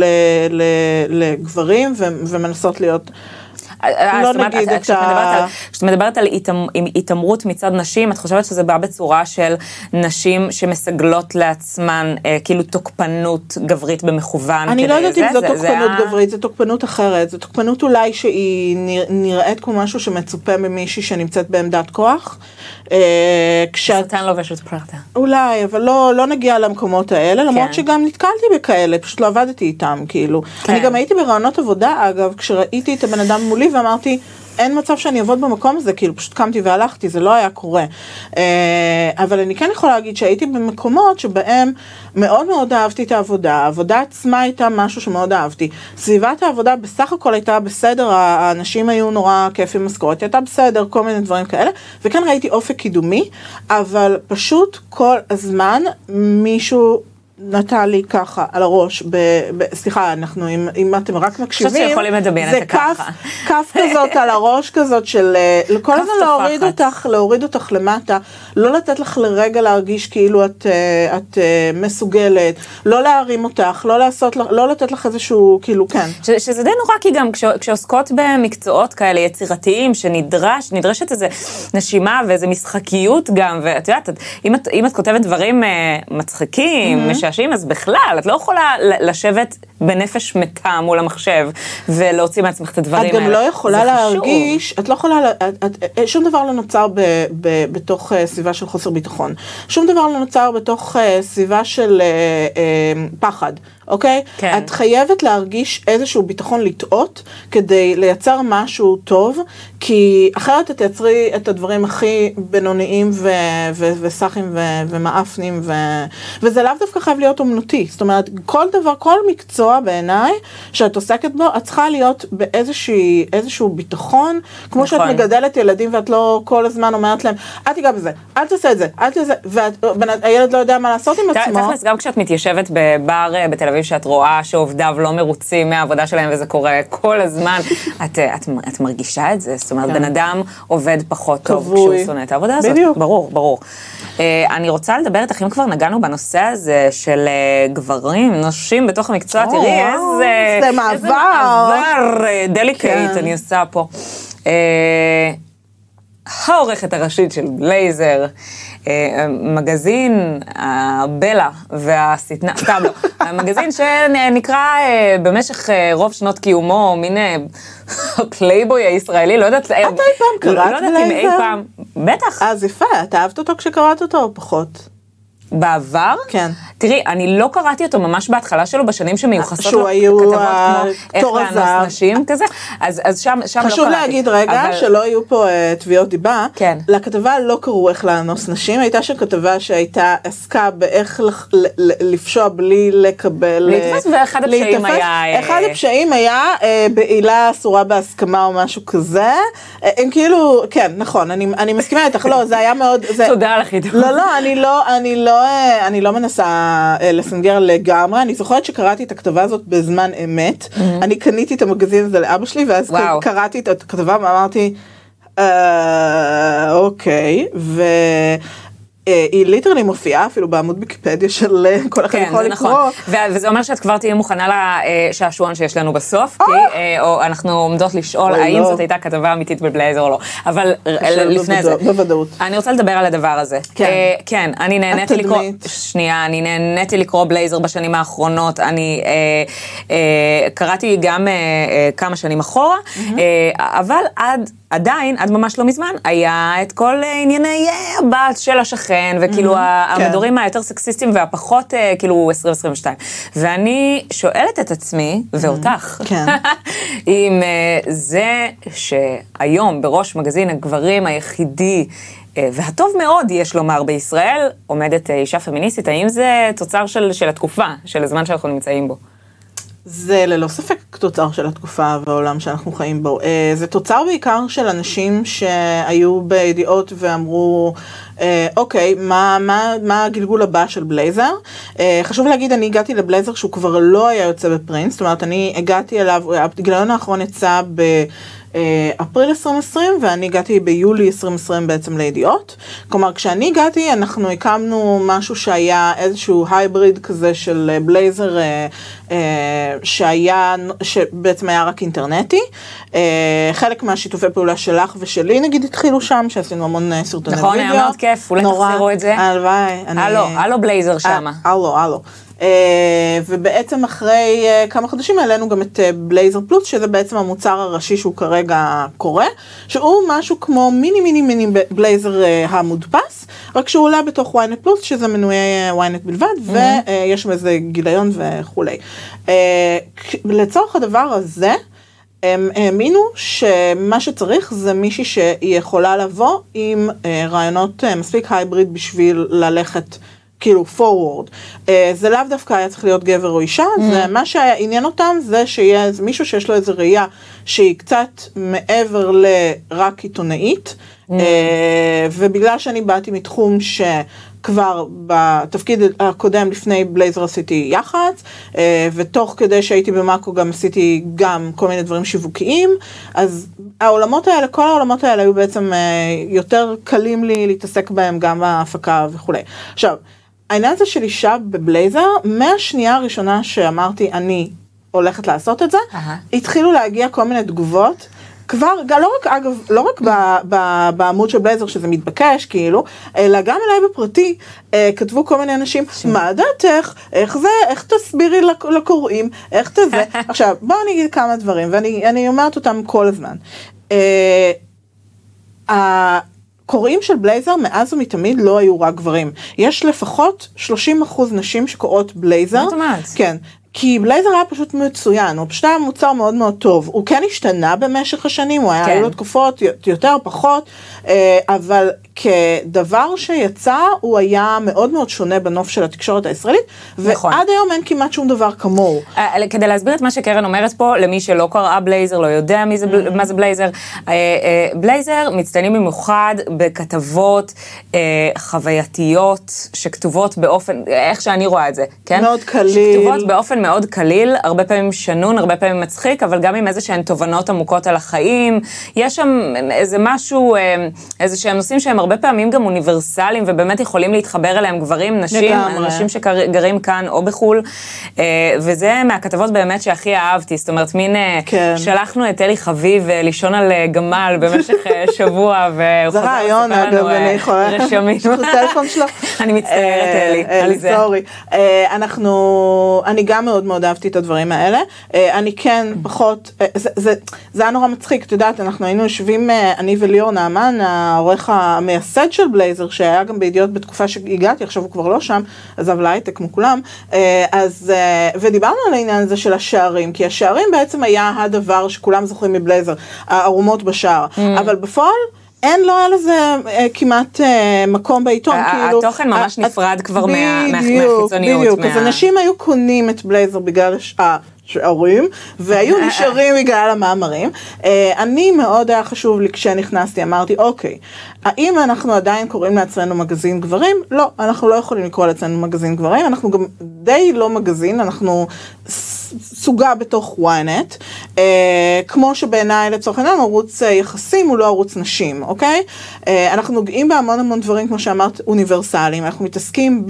C: לגברים, ומנסות להיות... לא נגיד את ה...
B: כשאת מדברת על התאמרות מצד נשים, את חושבת שזה בא בצורה של נשים שמסגלות לעצמן כאילו תוקפנות גברית במכוון?
C: אני לא יודעת אם זו תוקפנות גברית, זו תוקפנות אחרת, זו תוקפנות אולי שהיא נראית כמו משהו שמצופה ממישהי שנמצאת בעמדת כוח.
B: שטן לובשת פרדה.
C: אולי, אבל לא נגיע למקומות האלה, למרות שגם נתקלתי בכאלה, פשוט לא עבדתי איתם, כאילו. אני גם הייתי ברעיונות עבודה, אגב, כשראיתי את הבן אדם מולי ואמרתי, אין מצב שאני אעבוד במקום הזה, כאילו פשוט קמתי והלכתי, זה לא היה קורה. אבל אני כן יכולה להגיד שהייתי במקומות שבהם מאוד מאוד אהבתי את העבודה, העבודה עצמה הייתה משהו שמאוד אהבתי. סביבת העבודה בסך הכל הייתה בסדר, האנשים היו נורא כיפים משכורת, הייתה בסדר, כל מיני דברים כאלה, וכאן ראיתי אופק קידומי, אבל פשוט כל הזמן מישהו... נתן לי ככה על הראש, ב, ב, סליחה, אנחנו, אם, אם אתם רק מקשיבים,
B: חושב שיכולים לדמיין את הככה.
C: זה כף כזאת על הראש כזאת של, לכל הזמן להוריד אותך, להוריד אותך למטה, לא לתת לך לרגע להרגיש כאילו את, את מסוגלת, לא להרים אותך, לא לעשות, לא לתת לך איזשהו, כאילו, כן.
B: ש, שזה די נורא, כי גם כש, כשעוסקות במקצועות כאלה יצירתיים, שנדרש, נדרשת איזו נשימה ואיזו משחקיות גם, ואת יודעת, אם את, אם את כותבת דברים מצחיקים, mm-hmm. משעשעים, אז בכלל, את לא יכולה לשבת בנפש מתה מול המחשב, ולהוציא מעצמך את הדברים האלה.
C: את גם לא יכולה להרגיש, את לא יכולה, שום דבר לא נוצר בתוך סביבה של חוסר ביטחון. שום דבר לא נוצר בתוך סביבה של פחד. אוקיי? כן. את חייבת להרגיש איזשהו ביטחון לטעות, כדי לייצר משהו טוב, כי אחרת את תייצרי את הדברים הכי בינוניים ו- ו- וסחים ו- ומאפנים, ו- וזה לאו דווקא חייב להיות אומנותי. זאת אומרת, כל דבר, כל מקצוע בעיניי שאת עוסקת בו, את צריכה להיות באיזשהו ביטחון, כמו נכון. שאת מגדלת ילדים, ואת לא כל הזמן אומרת להם, אל תיגע בזה, אל תעשה את זה, אל תעשה, והילד לא יודע מה לעשות עם עצמו.
B: תכלס, גם כשאת מתיישבת בבר בתל אביב, שאת רואה שעובדיו לא מרוצים מהעבודה שלהם, וזה קורה כל הזמן, את, את, את מרגישה את זה? זאת אומרת, בן אדם עובד פחות טוב כשהוא שונא את העבודה הזאת.
C: בדיוק.
B: ברור, ברור. אני רוצה לדבר איתך, אם כבר נגענו בנושא הזה של גברים, נשים בתוך המקצוע, תראי איזה...
C: זה מעבר. איזה
B: מעבר דליקייט אני עושה פה. העורכת הראשית של בלייזר, מגזין הבלה והסטנה, סתם לא, המגזין שנקרא במשך רוב שנות קיומו, מין פלייבוי הישראלי, לא יודעת...
C: אתה אי פעם קראת
B: לא יודעת אם אי פעם... בטח.
C: אז יפה, אתה אהבת אותו כשקראת אותו או פחות?
B: בעבר?
C: כן.
B: תראי, אני לא קראתי אותו ממש בהתחלה שלו, בשנים שמיוחסות לו
C: היו
B: כתבות כמו איך
C: תור
B: לאנוס
C: הזהב.
B: נשים כזה, אז, אז שם, שם לא קראתי.
C: חשוב להגיד רגע,
B: אבל...
C: שלא יהיו פה uh, תביעות דיבה.
B: כן.
C: לכתבה לא קראו איך לאנוס נשים, הייתה שם כתבה שהייתה עסקה באיך לח, ל, ל, לפשוע בלי לקבל...
B: להתפס, ואחד הפשעים היה...
C: אחד הפשעים היה uh, בעילה אסורה בהסכמה או משהו כזה. Uh, הם כאילו, כן, נכון, אני, אני מסכימה איתך, לא, זה היה מאוד... זה...
B: תודה לך, איתו.
C: לא, לא, אני לא, אני לא, אני לא מנסה לסנגר לגמרי, אני זוכרת שקראתי את הכתבה הזאת בזמן אמת, אני קניתי את המגזין הזה לאבא שלי, ואז קראתי את הכתבה ואמרתי, אוקיי, ו... היא ליטרלי מופיעה אפילו בעמוד ויקיפדיה של כל אחד יכול לקרוא.
B: וזה אומר שאת כבר תהיה מוכנה לשעשועון שיש לנו בסוף, כי אנחנו עומדות לשאול האם זאת הייתה כתבה אמיתית בבלייזר או לא. אבל לפני זה, אני רוצה לדבר על הדבר הזה. כן, אני נהניתי לקרוא, שנייה, אני נהניתי לקרוא בלייזר בשנים האחרונות, אני קראתי גם כמה שנים אחורה, אבל עד... עדיין, עד ממש לא מזמן, היה את כל ענייני הבת של השכן, וכאילו המדורים היותר סקסיסטיים והפחות כאילו עשרים עשרים ושתיים. ואני שואלת את עצמי, ואותך, אם זה שהיום בראש מגזין הגברים היחידי, והטוב מאוד יש לומר בישראל, עומדת אישה פמיניסטית, האם זה תוצר של, של התקופה, של הזמן שאנחנו נמצאים בו?
C: זה ללא ספק תוצר של התקופה והעולם שאנחנו חיים בו. זה תוצר בעיקר של אנשים שהיו בידיעות ואמרו, אוקיי, מה, מה, מה הגלגול הבא של בלייזר? חשוב להגיד, אני הגעתי לבלייזר שהוא כבר לא היה יוצא בפרינט, זאת אומרת, אני הגעתי אליו, הגיליון האחרון יצא ב... אפריל עשרים עשרים, ואני הגעתי ביולי עשרים עשרים בעצם לידיעות. כלומר, כשאני הגעתי, אנחנו הקמנו משהו שהיה איזשהו הייבריד כזה של בלייזר, שהיה, שבעצם היה רק אינטרנטי. חלק מהשיתופי פעולה שלך ושלי, נגיד, התחילו שם, שעשינו המון סרטוני וידאו.
B: נכון, היה מאוד כיף, אולי תחזירו את זה.
C: הלוואי.
B: הלו, הלו בלייזר שמה.
C: הלו, הלו. Uh, ובעצם אחרי uh, כמה חודשים העלינו גם את uh, בלייזר פלוס, שזה בעצם המוצר הראשי שהוא כרגע קורה, שהוא משהו כמו מיני מיני מיני בלייזר uh, המודפס, רק שהוא עולה בתוך וויינט פלוס, שזה מנויי uh, וויינט בלבד, mm-hmm. ויש uh, איזה גיליון וכולי. Uh, לצורך הדבר הזה, הם האמינו שמה שצריך זה מישהי שהיא יכולה לבוא עם uh, רעיונות uh, מספיק הייבריד בשביל ללכת כאילו forward. Uh, זה לאו דווקא היה צריך להיות גבר או אישה, mm. זה מה שעניין אותם זה שיהיה מישהו שיש לו איזו ראייה שהיא קצת מעבר לרק עיתונאית, mm. uh, ובגלל שאני באתי מתחום שכבר בתפקיד הקודם לפני בלייזר עשיתי יח"צ, uh, ותוך כדי שהייתי במאקו גם עשיתי גם כל מיני דברים שיווקיים, אז העולמות האלה, כל העולמות האלה היו בעצם uh, יותר קלים לי להתעסק בהם גם בהפקה וכו'. עכשיו, העניין הזה של אישה בבלייזר, מהשנייה הראשונה שאמרתי אני הולכת לעשות את זה, uh-huh. התחילו להגיע כל מיני תגובות, כבר, לא רק, אגב, לא רק ב, ב, בעמוד של בלייזר שזה מתבקש, כאילו, אלא גם אליי בפרטי, אה, כתבו כל מיני אנשים, ש... מה דעתך, איך זה, איך תסבירי לקוראים, איך תזה. עכשיו, בואו אני אגיד כמה דברים, ואני אני אומרת אותם כל הזמן. אה, הקוראים של בלייזר מאז ומתמיד לא היו רק גברים. יש לפחות שלושים אחוז נשים שקוראות בלייזר.
B: זאת אומרת?
C: כן. כי בלייזר היה פשוט מצוין, הוא פשוט היה מוצר מאוד מאוד טוב. הוא כן השתנה במשך השנים, הוא היה כן. היו לו תקופות יותר, פחות, אבל כדבר שיצא, הוא היה מאוד מאוד שונה בנוף של התקשורת הישראלית, נכון. ועד היום אין כמעט שום דבר כמוהו.
B: כדי להסביר את מה שקרן אומרת פה, למי שלא קראה בלייזר, לא יודע מי זה, מה זה בלייזר, בלייזר מצטיינים במיוחד בכתבות חווייתיות, שכתובות באופן, איך שאני רואה את זה, כן?
C: מאוד קליל.
B: שכתובות באופן מאוד קליל, הרבה פעמים שנון, הרבה פעמים מצחיק, אבל גם עם איזה שהן תובנות עמוקות על החיים, יש שם איזה משהו, איזה שהם נושאים שהם הרבה פעמים גם אוניברסליים, ובאמת יכולים להתחבר אליהם גברים, נשים, אנשים שגרים כאן או בחול, וזה מהכתבות באמת שהכי אהבתי, זאת אומרת, מין שלחנו את אלי חביב לישון על גמל במשך שבוע,
C: זה רעיון, אגב, אני יכולה, יש לך טלפון שלו?
B: אני מצטערת, אלי, על זה.
C: סורי. אנחנו, אני גם מאוד מאוד אהבתי את הדברים האלה, אני כן פחות, זה היה נורא מצחיק, את יודעת, אנחנו היינו יושבים, אני וליאור נעמן, העורך המייסד של בלייזר, שהיה גם בידיעות בתקופה שהגעתי, עכשיו הוא כבר לא שם, עזב להייטק כמו כולם, אז, ודיברנו על העניין הזה של השערים, כי השערים בעצם היה הדבר שכולם זוכרים מבלייזר, הערומות בשער, אבל בפועל, אין, לא היה לזה כמעט מקום בעיתון, כאילו...
B: התוכן ממש נפרד כבר מהחיצוניות.
C: בדיוק, אז אנשים היו קונים את בלייזר בגלל השערים, והיו נשארים בגלל המאמרים. אני מאוד היה חשוב לי כשנכנסתי, אמרתי, אוקיי, האם אנחנו עדיין קוראים לעצמנו מגזין גברים? לא, אנחנו לא יכולים לקרוא לעצמנו מגזין גברים, אנחנו גם די לא מגזין, אנחנו סוגה בתוך וויינט, כמו שבעיניי לצורך העניין ערוץ יחסים הוא לא ערוץ נשים, אוקיי? אנחנו נוגעים בהמון המון דברים, כמו שאמרת, אוניברסליים, אנחנו מתעסקים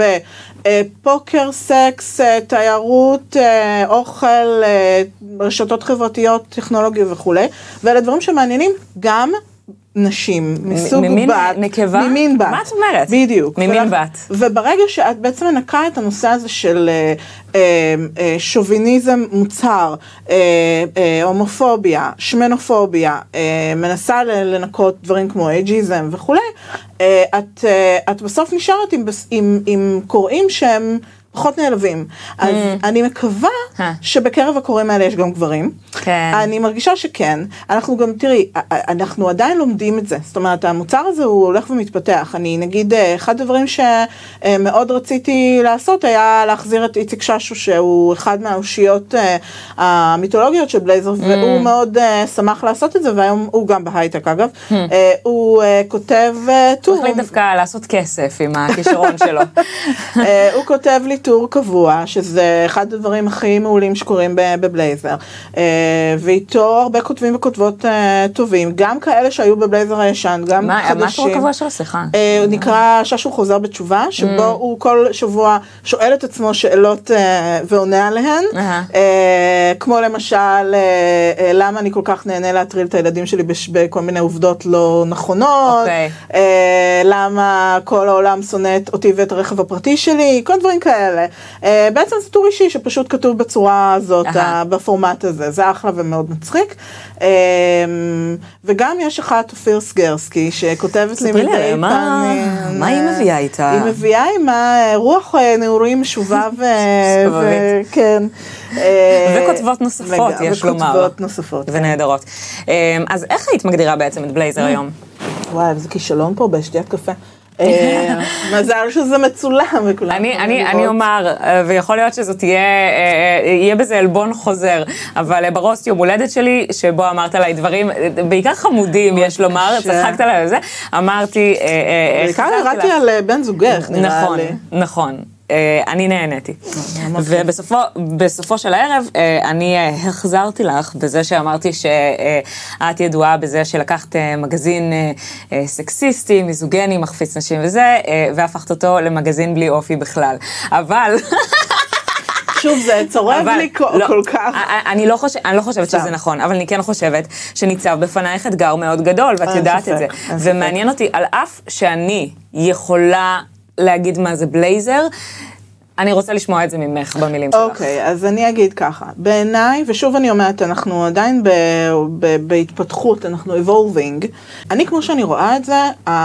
C: בפוקר, סקס, תיירות, אוכל, רשתות חברתיות, טכנולוגיה וכו', ואלה דברים שמעניינים גם נשים, מסוג
B: ממין
C: בת,
B: נקבה?
C: ממין בת.
B: מה את אומרת?
C: בדיוק.
B: ממין בת.
C: וברגע שאת בעצם מנקה את הנושא הזה של אה, אה, שוביניזם מוצהר, אה, אה, הומופוביה, שמנופוביה, אה, מנסה לנקות דברים כמו אייג'יזם וכו', אה, את, אה, את בסוף נשארת עם, עם, עם קוראים שהם פחות נעלבים. אז אני מקווה שבקרב הקוראים האלה יש גם גברים. אני מרגישה שכן. אנחנו גם, תראי, אנחנו עדיין לומדים את זה. זאת אומרת, המוצר הזה הוא הולך ומתפתח. אני נגיד, אחד הדברים שמאוד רציתי לעשות היה להחזיר את איציק ששו, שהוא אחד מהאושיות המיתולוגיות של בלייזר, והוא מאוד שמח לעשות את זה, והיום הוא גם בהייטק אגב. הוא כותב טור.
B: צריך לי דווקא לעשות כסף עם הכישרון שלו.
C: הוא כותב לי טור קבוע, שזה אחד הדברים הכי מעולים שקורים בבלייזר, ואיתו הרבה כותבים וכותבות טובים, גם כאלה שהיו בבלייזר הישן, גם חדשים.
B: מה הטור קבוע שלו? סליחה.
C: הוא נקרא ששו חוזר בתשובה, שבו הוא כל שבוע שואל את עצמו שאלות ועונה עליהן, כמו למשל, למה אני כל כך נהנה להטריל את הילדים שלי בכל מיני עובדות לא נכונות, למה כל העולם שונא אותי ואת הרכב הפרטי שלי, כל דברים כאלה. בעצם זה טור אישי שפשוט כתוב בצורה הזאת, בפורמט הזה. זה אחלה ומאוד מצחיק. וגם יש אחת אופיר סגרסקי, שכותבת לי מדי פעם.
B: מה היא מביאה איתה?
C: היא מביאה עם רוח נעורים משובב. כן.
B: וכותבות נוספות, יש לומר.
C: וכותבות נוספות.
B: ונהדרות. אז איך היית מגדירה בעצם את בלייזר היום?
C: וואי, זה כישלון פה בשתיית קפה. מזל שזה מצולם וכולם.
B: אני אומר, ויכול להיות שזאת יהיה בזה אלבון חוזר, אבל ברוסט יום הולדת שלי, שבו אמרת עליי דברים, בעיקר חמודים יש לומר, צחקת עליי על זה, אמרתי...
C: בעיקר הראתי על בן זוגך, נראה לי.
B: נכון, נכון. אני נהניתי. ובסופו של הערב, אני החזרתי לך בזה שאמרתי שאת ידועה בזה שלקחת מגזין סקסיסטי, מיזוגני, מחפיץ נשים וזה, והפכת אותו למגזין בלי אופי בכלל. אבל...
C: שוב, זה צורב לי כל כך.
B: אני לא חושבת שזה נכון, אבל אני כן חושבת שניצב בפנייך אתגר מאוד גדול, ואת יודעת את זה. ומעניין אותי, על אף שאני יכולה להגיד מה זה בלייזר, אני רוצה לשמוע את זה ממך במילים שלך.
C: אוקיי, אז אני אגיד ככה. בעיניי, ושוב אני אומרת, אנחנו עדיין בהתפתחות, אנחנו evolving. אני, כמו שאני רואה את זה,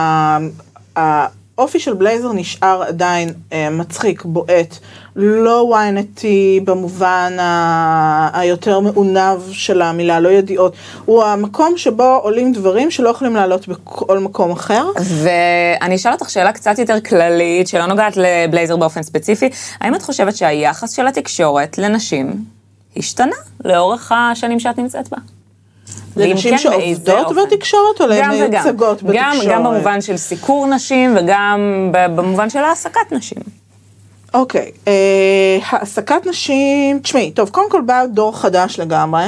C: האופי של בלייזר נשאר עדיין מצחיק, בועט, לא וויינטי במובן היותר מעונב של המילה, לא ידיעות. הוא המקום שבו עולים דברים שלא יכולים לעלות בכל מקום אחר.
B: ואני אשאל אותך שאלה קצת יותר כללית, שלא נוגעת לבלייזר באופן ספציפי. האם את חושבת שהיחס של התקשורת לנשים השתנה לאורך השנים שאת נמצאת בה?
C: לנשים שעובדות בתקשורת או למיוצגות בתקשורת?
B: גם במובן של סיקור נשים וגם במובן של העסקת נשים.
C: אוקיי, אה, העסקת נשים, תשמעי, טוב, קודם כל בא דור חדש לגמרי,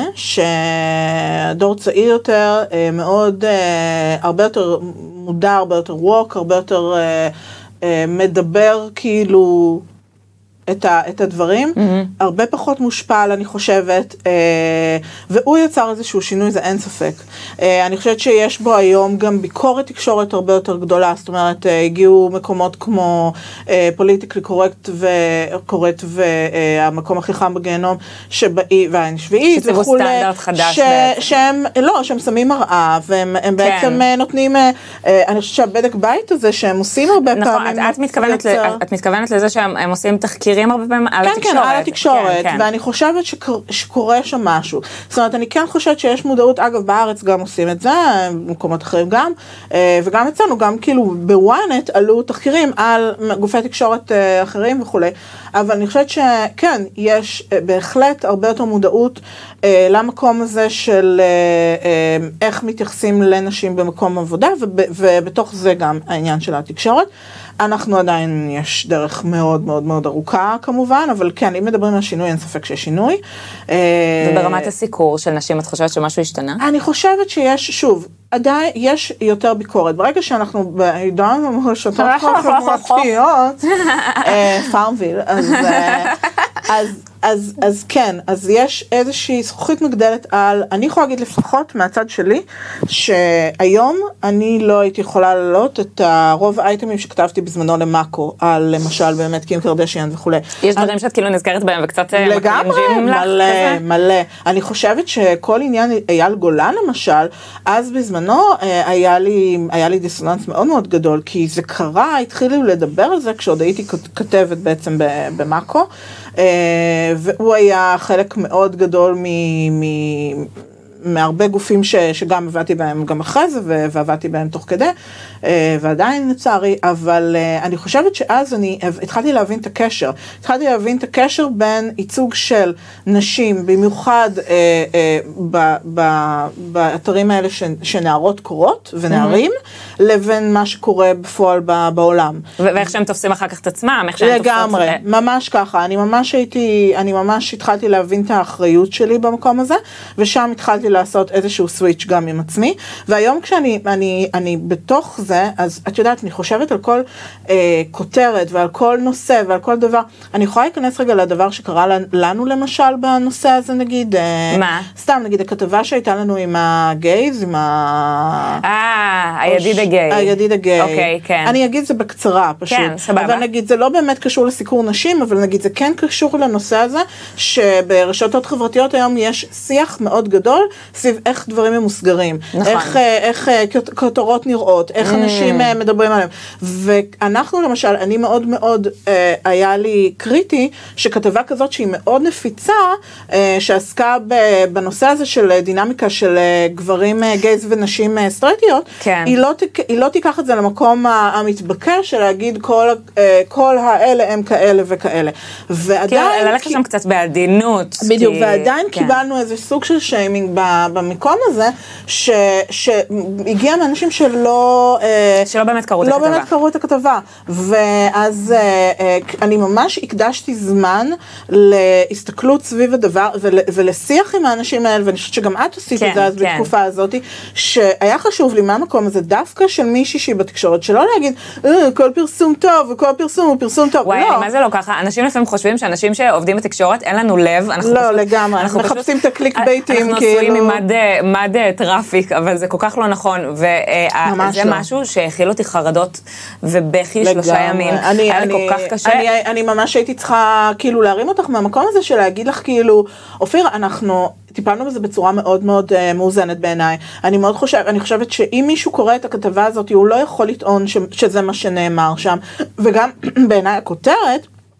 C: שדור צעיר יותר, אה, מאוד, אה, הרבה יותר מודע, הרבה יותר ווק, הרבה יותר אה, אה, מדבר כאילו את, ה, את הדברים, mm-hmm. הרבה פחות מושפל, אני חושבת, אה, והוא יצר איזשהו שינוי, זה אין ספק. אה, אני חושבת שיש בו היום גם ביקורת תקשורת הרבה יותר גדולה, זאת אומרת, אה, הגיעו מקומות כמו אה, פוליטיקלי קורקט וקורקט והמקום הכי חם בגיהנום, שבאי, והעין שביעית
B: וכו', שציבו סטנדרט חדש
C: ש, בעצם. שהם, לא, שהם שמים מראה, והם הם כן. בעצם נותנים, אה, אני חושבת שהבדק בית הזה, שהם עושים הרבה
B: נכון,
C: פעמים.
B: את, את, מתכוונת ל, את מתכוונת לזה שהם עושים תחקירים הרבה פעמים על
C: כן,
B: התקשורת.
C: כן, על התקשורת,
B: כן, כן.
C: ואני חושבת שקור, שקורה שם משהו. זאת אומרת, אני כן חושבת שיש מודעות, אגב, בארץ גם עושים את זה, במקומות אחרים גם, וגם אצלנו, גם כאילו בוואנט עלו תחקירים על גופי תקשורת אחרים וכו'. אבל אני חושבת שכן, יש בהחלט הרבה יותר מודעות למקום הזה של איך מתייחסים לנשים במקום עבודה, ובתוך זה גם העניין של התקשורת. אנחנו עדיין, יש דרך מאוד מאוד מאוד ארוכה כמובן, אבל כן, אם מדברים על שינוי, אין ספק שיש שינוי.
B: וברמת הסיקור של נשים, את חושבת שמשהו השתנה?
C: אני חושבת שיש, שוב, עדיין יש יותר ביקורת. ברגע שאנחנו בעידן רשתות חברתיות, פארמוויל, אז... אז, אז, אז כן, אז יש איזושהי זכוכית מגדלת על, אני יכולה להגיד לפחות מהצד שלי, שהיום אני לא הייתי יכולה לעלות את הרוב האייטמים שכתבתי בזמנו למאקו, על למשל באמת קים קרדשיאן וכו'.
B: יש דברים שאת כאילו נזכרת בהם וקצת
C: לגמרי, מלא, מלא. אני חושבת שכל עניין אייל גולן למשל, אז בזמנו היה לי, היה לי דיסוננס מאוד מאוד גדול, כי זה קרה, התחילו לדבר על זה כשעוד הייתי כתבת בעצם במאקו, והוא היה חלק מאוד גדול מ... מ... מהרבה גופים ש, שגם עבדתי בהם גם אחרי זה, ועבדתי בהם תוך כדי, ועדיין לצערי, אבל אני חושבת שאז אני התחלתי להבין את הקשר, התחלתי להבין את הקשר בין ייצוג של נשים, במיוחד ב, ב, באתרים האלה ש, שנערות קורות ונערים, mm-hmm. לבין מה שקורה בפועל בעולם.
B: ואיך שהם תופסים אחר כך את עצמם, איך
C: שהם לגמרי, תופסים... ממש ככה, אני ממש הייתי, אני ממש התחלתי להבין את האחריות שלי במקום הזה, ושם התחלתי לעשות איזשהו סוויץ' גם עם עצמי, והיום כשאני אני, אני בתוך זה, אז את יודעת, אני חושבת על כל אה, כותרת ועל כל נושא ועל כל דבר, אני יכולה להיכנס רגע לדבר שקרה לנו למשל בנושא הזה נגיד, אה,
B: מה?
C: סתם נגיד הכתבה שהייתה לנו עם הגייז, עם ה...
B: אה, הידיד הגיי.
C: הידיד הגיי.
B: אוקיי, כן.
C: אני אגיד זה בקצרה פשוט.
B: כן, סבבה.
C: אבל נגיד זה לא באמת קשור לסיקור נשים, אבל נגיד זה כן קשור לנושא הזה, שברשתות חברתיות היום יש שיח מאוד גדול, סביב איך דברים הם מוסגרים,
B: נכון.
C: איך, איך כותרות נראות, איך mm. אנשים מדברים עליהם. ואנחנו למשל, אני מאוד מאוד, היה לי קריטי, שכתבה כזאת שהיא מאוד נפיצה, שעסקה בנושא הזה של דינמיקה של גברים גייז ונשים סטרייטיות,
B: כן.
C: היא, לא, היא לא תיקח את זה למקום המתבקש, של להגיד כל, כל האלה הם כאלה וכאלה. ועדיין...
B: כאילו, ללכת שם קצת בעדינות.
C: בדיוק, כי... ועדיין כן. קיבלנו איזה סוג של שיימינג במקום הזה, ש, שהגיע מאנשים שלא...
B: שלא באמת קראו את
C: לא
B: הכתבה.
C: באמת קראו את הכתבה. ואז אני ממש הקדשתי זמן להסתכלות סביב הדבר, ול, ולשיח עם האנשים האלה, ואני חושבת שגם את עשית
B: כן,
C: את זה אז
B: כן.
C: בתקופה הזאת, שהיה חשוב לי מהמקום הזה, דווקא של מישהי שהיא בתקשורת, שלא להגיד, כל פרסום טוב, וכל פרסום הוא פרסום טוב.
B: וואי,
C: לא.
B: מה זה לא ככה? אנשים לפעמים חושבים שאנשים שעובדים בתקשורת, אין לנו לב.
C: לא, פשוט, לגמרי. אנחנו מחפשים פשוט, את הקליק בייטים,
B: אנחנו עשויים ממד, מד טראפיק, אבל זה כל כך לא נכון. וזה
C: לא.
B: משהו שהכיל אותי חרדות, ובכי שלושה ימים.
C: אני,
B: היה
C: אני,
B: לי כל כך קשה.
C: אני, אני ממש הייתי צריכה, כאילו, להרים אותך מהמקום הזה, של להגיד לך, כאילו, אופיר, אנחנו... טיפלנו בזה בצורה מאוד מאוד uh, מאוזנת בעיניי. אני מאוד חושבת, אני חושבת שאם מישהו קורא את הכתבה הזאת, הוא לא יכול לטעון ש, שזה מה שנאמר שם. וגם בעיניי הכותרת,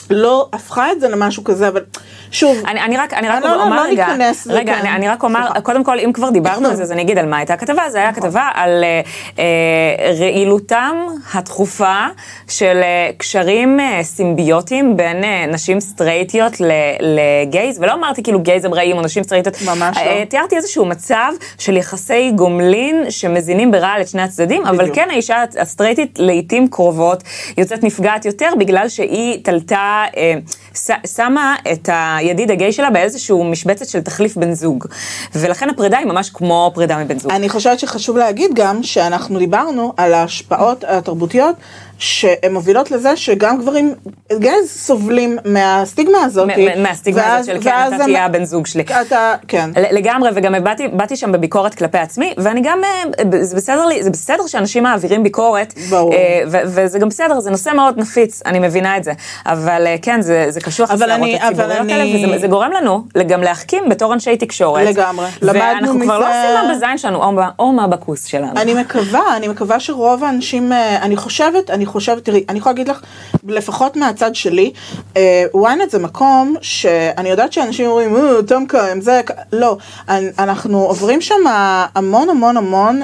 C: לא הפכה את זה למשהו כזה, אבל שוב,
B: אני, אני רק, אני רק
C: לא,
B: אומר
C: לא,
B: רגע,
C: לא ניכנס,
B: רגע,
C: כן.
B: אני, אני רק אומר,
C: סליחה.
B: קודם כל, אם כבר דיברנו על זה, אז אני אגיד על מה הייתה הכתבה, זה היה כתבה על אה, אה, רעילותם התכופה של אה, קשרים אה, סימביוטיים בין אה, נשים סטרייטיות לגייז, ולא אמרתי כאילו גייז הם רעים או נשים סטרייטיות,
C: ממש לא.
B: אה, תיארתי איזשהו מצב של יחסי גומלין שמזינים ברעל את שני הצדדים, בדיוק. אבל כן האישה הסטרייטית לעתים קרובות יוצאת נפגעת יותר, בגלל שהיא תלתה, אה, ש, שמה את הידיד הגיי שלה באיזשהו משבצת של תחליף בן זוג. ולכן הפרידה היא ממש כמו פרידה מבן זוג.
C: אני חושבת שחשוב להגיד גם שאנחנו דיברנו על ההשפעות התרבותיות שהן מובילות לזה שגם גברים גייז סובלים מהסטיגמה הזאת.
B: מהסטיגמה הזאת של כן, אתה תהיה הבן זוג שלי.
C: אתה, כן.
B: לגמרי, וגם באתי, באתי שם בביקורת כלפי עצמי, ואני גם, זה בסדר לי, זה בסדר שאנשים מעבירים ביקורת,
C: ברור.
B: וזה גם בסדר, זה נושא מאוד נפיץ, אני מבינה את זה. אבל כן, זה, זה קשוח לסערות הציבוריות האלה, וזה גורם לנו גם להחכים בתור אנשי תקשורת.
C: לגמרי.
B: ואנחנו כבר לא עושים מה בזין שלנו, או מה בקוס שלנו.
C: אני מקווה, אני מקווה שרוב האנשים, אני חושבת, אני חושבת, תראי, אני יכולה להגיד לך, לפחות מהצד שלי, וויינט זה מקום שאני יודעת שאנשים אומרים, אה, תומקה, הם זה, לא, אנחנו עוברים שם המון המון המון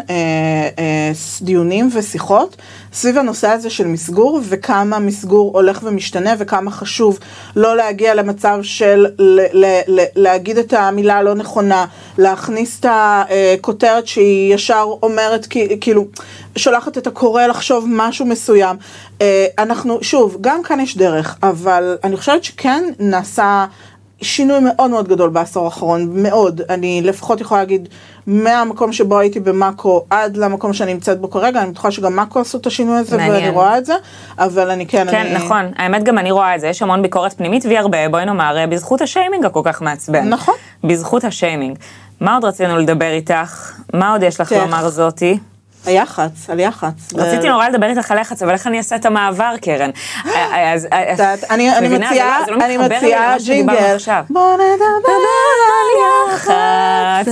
C: דיונים ושיחות, סביב הנושא הזה של מסגור, וכמה מסגור הולך ומשתנה, וכמה חשוב לא להגיע למצב של ל- ל- ל- להגיד את המילה הלא נכונה, להכניס את הכותרת שהיא ישר אומרת, כאילו, שולחת את הקורא לחשוב משהו מסוים. אנחנו, שוב, גם כאן יש דרך, אבל אני חושבת שכן נעשה שינוי מאוד מאוד גדול בעשור האחרון, מאוד. אני לפחות יכולה להגיד, מהמקום שבו הייתי במאקו עד למקום שאני נמצאת בו כרגע, אני בטוחה שגם מאקו עשו את השינוי הזה, מעניין. ואני רואה את זה, אבל אני כן...
B: כן,
C: אני...
B: נכון. האמת גם אני רואה את זה, יש המון ביקורת פנימית, והיא הרבה, בואי נאמר, בזכות השיימינג הכל כך מעצבן.
C: נכון.
B: בזכות השיימינג. מה עוד רצינו לדבר איתך? מה עוד יש לך
C: תך.
B: לומר זאתי?
C: היחץ, על יחץ.
B: רציתי נורא לדבר איתך על יחץ, אבל איך אני אעשה את המעבר, קרן?
C: אני מציעה, אני מציעה ג'ינגל. בוא נדבר על יחץ.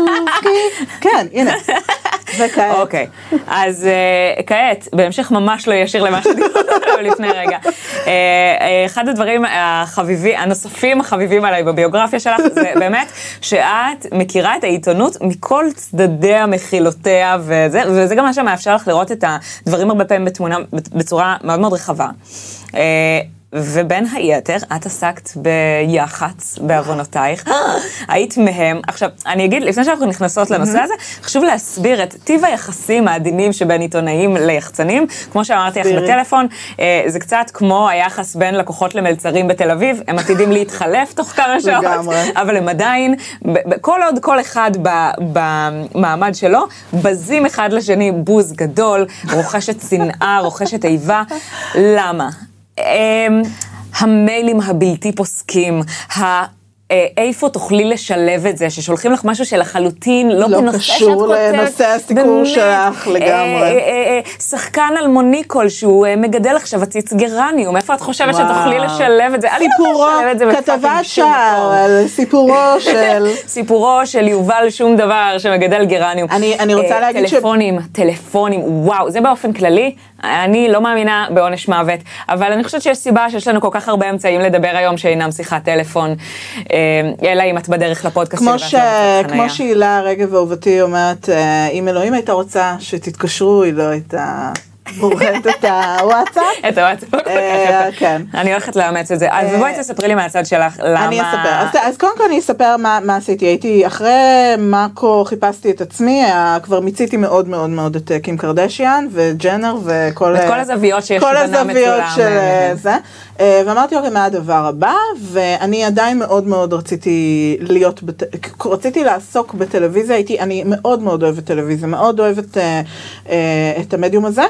C: כן, הנה. וכעת.
B: אוקיי, אז כעת, בהמשך ממש לא ישיר למה שדיברנו לפני רגע. אחד הדברים החביבים, הנוספים החביבים עליי בביוגרפיה שלך, זה באמת שאת מכירה את העיתונות מכל צדדיה, מחילותיה וזה, וזה גם מה שמאפשר לך לראות את הדברים הרבה פעמים בתמונה, בצורה מאוד מאוד רחבה. ובין היתר, את עסקת ביח"צ, בעוונותייך, היית מהם. עכשיו, אני אגיד, לפני שאנחנו נכנסות לנושא הזה, חשוב להסביר את טיב היחסים העדינים שבין עיתונאים ליחצנים. כמו שאמרתי לך בטלפון, זה קצת כמו היחס בין לקוחות למלצרים בתל אביב, הם עתידים להתחלף תוך כמה שעות, אבל הם עדיין, כל עוד כל אחד במעמד שלו, בזים אחד לשני בוז גדול, רוכשת שנאה, רוכשת איבה. למה? המיילים הבלתי פוסקים, איפה תוכלי לשלב את זה, ששולחים לך משהו שלחלוטין לא בנושא שאת כותבת.
C: לא קשור לנושא הסתיקור שלך לגמרי.
B: שחקן אלמוני כלשהו, מגדל עכשיו עציץ גרניום, איפה את חושבת שתוכלי לשלב את זה?
C: סיפורו, כתבת שער על סיפורו של...
B: סיפורו של יובל שום דבר שמגדל גרניום.
C: אני רוצה להגיד ש...
B: טלפונים, טלפונים, וואו, זה באופן כללי, אני לא מאמינה בעונש מוות, אבל אני חושבת שיש סיבה שיש לנו כל כך הרבה אמצעים לדבר היום שאינם שיחת טלפון, אלא אם את בדרך לפודקאסט.
C: כמו ש... כמו שהילה רגב אהובתי אומרת, אם אלוהים הייתה רוצה שתתקשרו, היא לא הייתה בורחת את הוואטסאפ.
B: את הוואטסאפ.
C: כן.
B: אני הולכת לאמץ את זה. אז בואי תספרי לי מהצד שלך, למה...
C: אני אספר. אז קודם כל אני אספר מה עשיתי. הייתי אחרי מאקו, חיפשתי את עצמי, כבר מיציתי מאוד מאוד מאוד את קים קרדשיאן וג'נר וכל...
B: את כל הזוויות שיש
C: כל הזוויות של זה. ואמרתי, אוקיי, מה הדבר הבא? ואני עדיין מאוד מאוד רציתי להיות, רציתי לעסוק בטלוויזיה, הייתי, אני מאוד מאוד אוהבת טלוויזיה, מאוד אוהבת את המדיום הזה,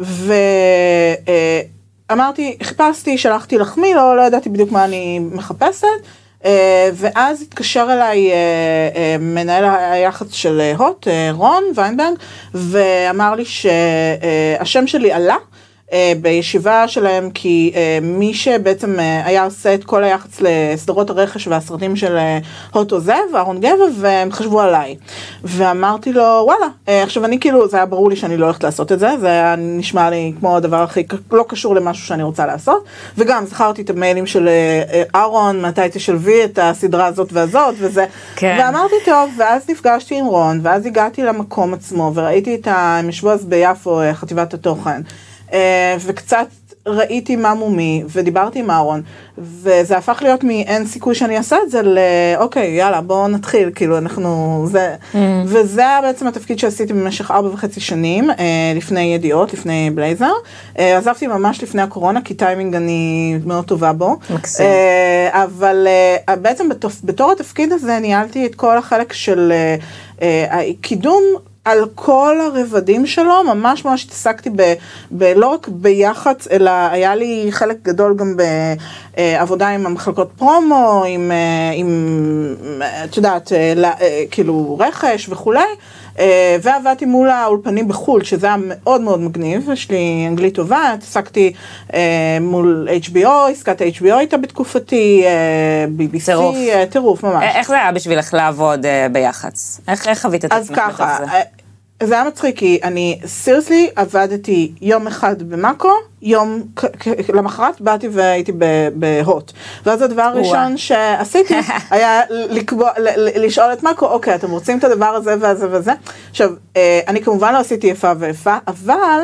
C: ואמרתי, חיפשתי, שלחתי לחמי, לא, לא ידעתי בדיוק מה אני מחפשת, ואז התקשר אליי מנהל היח"צ של הוט, רון ויינברג, ואמר לי שהשם שלי עלה, בישיבה שלהם, כי מי שבעצם היה עושה את כל היחס לסדרות הרכש והסרטים של הוט עוזב, אהרון גבע, והם חשבו עליי. ואמרתי לו, וואלה, עכשיו אני כאילו, זה היה ברור לי שאני לא הולכת לעשות את זה, זה היה נשמע לי כמו הדבר הכי לא קשור למשהו שאני רוצה לעשות, וגם זכרתי את המיילים של אהרון, מתי תשלבי את הסדרה הזאת והזאת, וזה, כן. ואמרתי טוב, ואז נפגשתי עם רון, ואז הגעתי למקום עצמו, וראיתי את המשבוז ביפו, חטיבת התוכן, וקצת ראיתי מה מומי, ודיברתי עם אהרון, וזה הפך להיות מאין סיכוי שאני אעשה את זה, לאוקיי, יאללה, בואו נתחיל, כאילו אנחנו, זה, mm. וזה היה בעצם התפקיד שעשיתי במשך ארבע וחצי שנים, לפני ידיעות, לפני בלייזר, עזבתי ממש לפני הקורונה, כי טיימינג אני מאוד טובה בו,
B: מקסים.
C: אבל בעצם בתור התפקיד הזה, ניהלתי את כל החלק של קידום, על כל הרבדים שלו, ממש ממש התעסקתי ב, ב, לא רק ביח"צ, אלא היה לי חלק גדול גם בעבודה עם המחלקות פרומו, עם, עם את יודעת, כאילו רכש וכולי, ועבדתי מול האולפנים בחול, שזה היה מאוד מאוד מגניב, יש לי אנגלית טובה, התעסקתי מול אייץ' בי או, עסקת אייץ' בי או הייתה בתקופתי, בי בי סי, טירוף ממש.
B: איך זה היה בשבילך לעבוד ביח"צ? איך חווית את עצמך בתוך זה?
C: זה היה מצחיק, כי אני סירסלי עבדתי יום אחד במאקו, יום, למחרת באתי והייתי בהוט. ואז הדבר הראשון שעשיתי היה לקבוע, לשאול את מאקו, אוקיי, אתם רוצים את הדבר הזה והזה וזה? עכשיו, אני כמובן לא עשיתי איפה ואיפה, אבל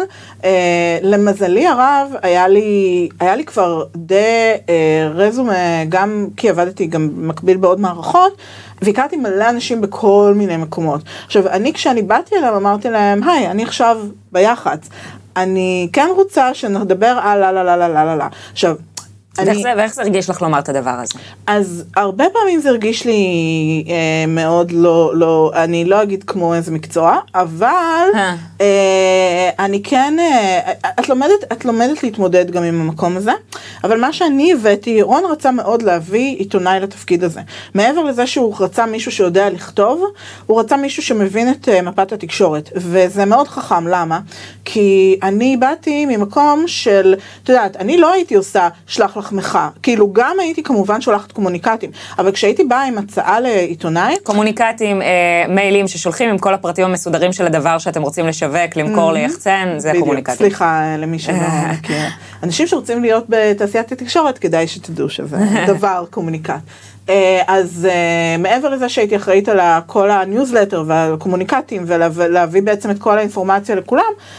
C: למזלי הרב, היה לי, היה לי כבר די רזומה, גם כי עבדתי גם מקביל בעוד מערכות, והכרתי מלא אנשים בכל מיני מקומות. עכשיו, אני כשאני באתי אליהם, אמרתי להם, היי, אני עכשיו ביח"צ, אני כן רוצה שנדבר על לה לה לה לה לה לה. עכשיו,
B: אני... זה, ואיך זה הרגיש לך לומר את הדבר הזה?
C: אז הרבה פעמים זה הרגיש לי אה, מאוד לא, לא, אני לא אגיד כמו איזה מקצוע, אבל אה. אה, אני כן, אה, את לומדת, את לומדת להתמודד גם עם המקום הזה, אבל מה שאני הבאתי, רון רצה מאוד להביא עיתונאי לתפקיד הזה. מעבר לזה שהוא רצה מישהו שיודע לכתוב, הוא רצה מישהו שמבין את אה, מפת התקשורת, וזה מאוד חכם, למה? כי אני באתי ממקום של, את יודעת, אני לא הייתי עושה שלח לך מחאה. כאילו גם הייתי כמובן שולחת קומוניקטים, אבל כשהייתי באה עם הצעה לעיתונאי...
B: קומוניקטים, אה, מיילים ששולחים עם כל הפרטים המסודרים של הדבר שאתם רוצים לשווק, למכור, ליחצן, זה
C: בדיוק,
B: קומוניקטים.
C: סליחה למי שלא מכיר. אנשים שרוצים להיות בתעשיית התקשורת, כדאי שתדעו שזה דבר קומוניקט. אז מעבר לזה שהייתי אחראית על כל הניוזלטר והקומוניקטים ולהביא בעצם את כל האינפורמציה לכולם,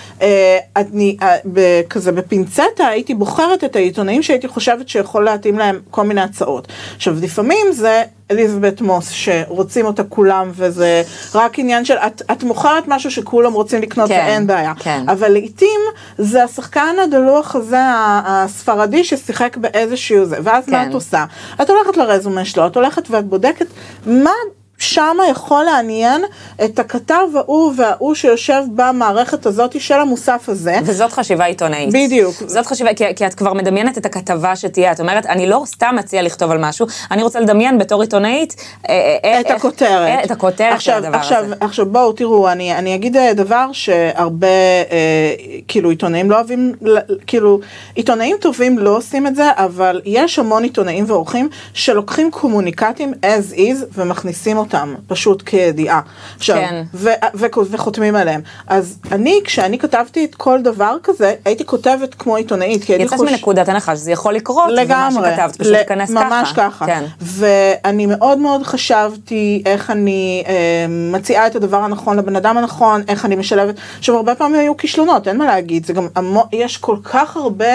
C: אני כזה בפינצטה הייתי בוחרת את העיתונאים שהייתי חושבת שיכול להתאים להם כל מיני הצעות. עכשיו לפעמים זה אליזבת מוס שרוצים אותה כולם וזה רק עניין של את, את מוכרת משהו שכולם רוצים לקנות כן, ואין בעיה. כן. אבל לעתים זה השחקן הדלוח הזה הספרדי ששיחק באיזשהו זה. ואז כן. מה את עושה? את הולכת לרזומה שלו, את הולכת ואת בודקת מה שמה יכול לעניין את הכתב ההוא וההוא שיושב במערכת הזאת של המוסף הזה.
B: וזאת חשיבה עיתונאית.
C: בדיוק.
B: זאת חשיבה, כי, כי את כבר מדמיינת את הכתבה שתהיה. את אומרת, אני לא סתם מציע לכתוב על משהו, אני רוצה לדמיין בתור עיתונאית
C: את הכותרת.
B: את הכותרת
C: עכשיו,
B: הדבר
C: עכשיו,
B: הזה.
C: עכשיו בואו, תראו, אני, אני אגיד דבר שהרבה, אה, כאילו, עיתונאים לא אוהבים, כאילו, עיתונאים טובים לא עושים את זה, אבל יש המון עיתונאים ועורכים שלוקחים קומוניקטים as is ומכניסים אותם, פשוט כידיעה. עכשיו, כן. ו- ו- וחותמים עליהם. אז אני, כשאני כתבתי את כל דבר כזה, הייתי כותבת כמו עיתונאית.
B: יצאת חוש... מנקודת הנחה שזה יכול לקרות,
C: לגמרי.
B: ומה שכתבת פשוט תיכנס ככה.
C: ממש ככה. כן. ואני מאוד מאוד חשבתי איך אני אה, מציעה את הדבר הנכון לבן אדם הנכון, איך אני משלבת. עכשיו, הרבה פעמים היו כישלונות, אין מה להגיד. זה גם, יש כל כך הרבה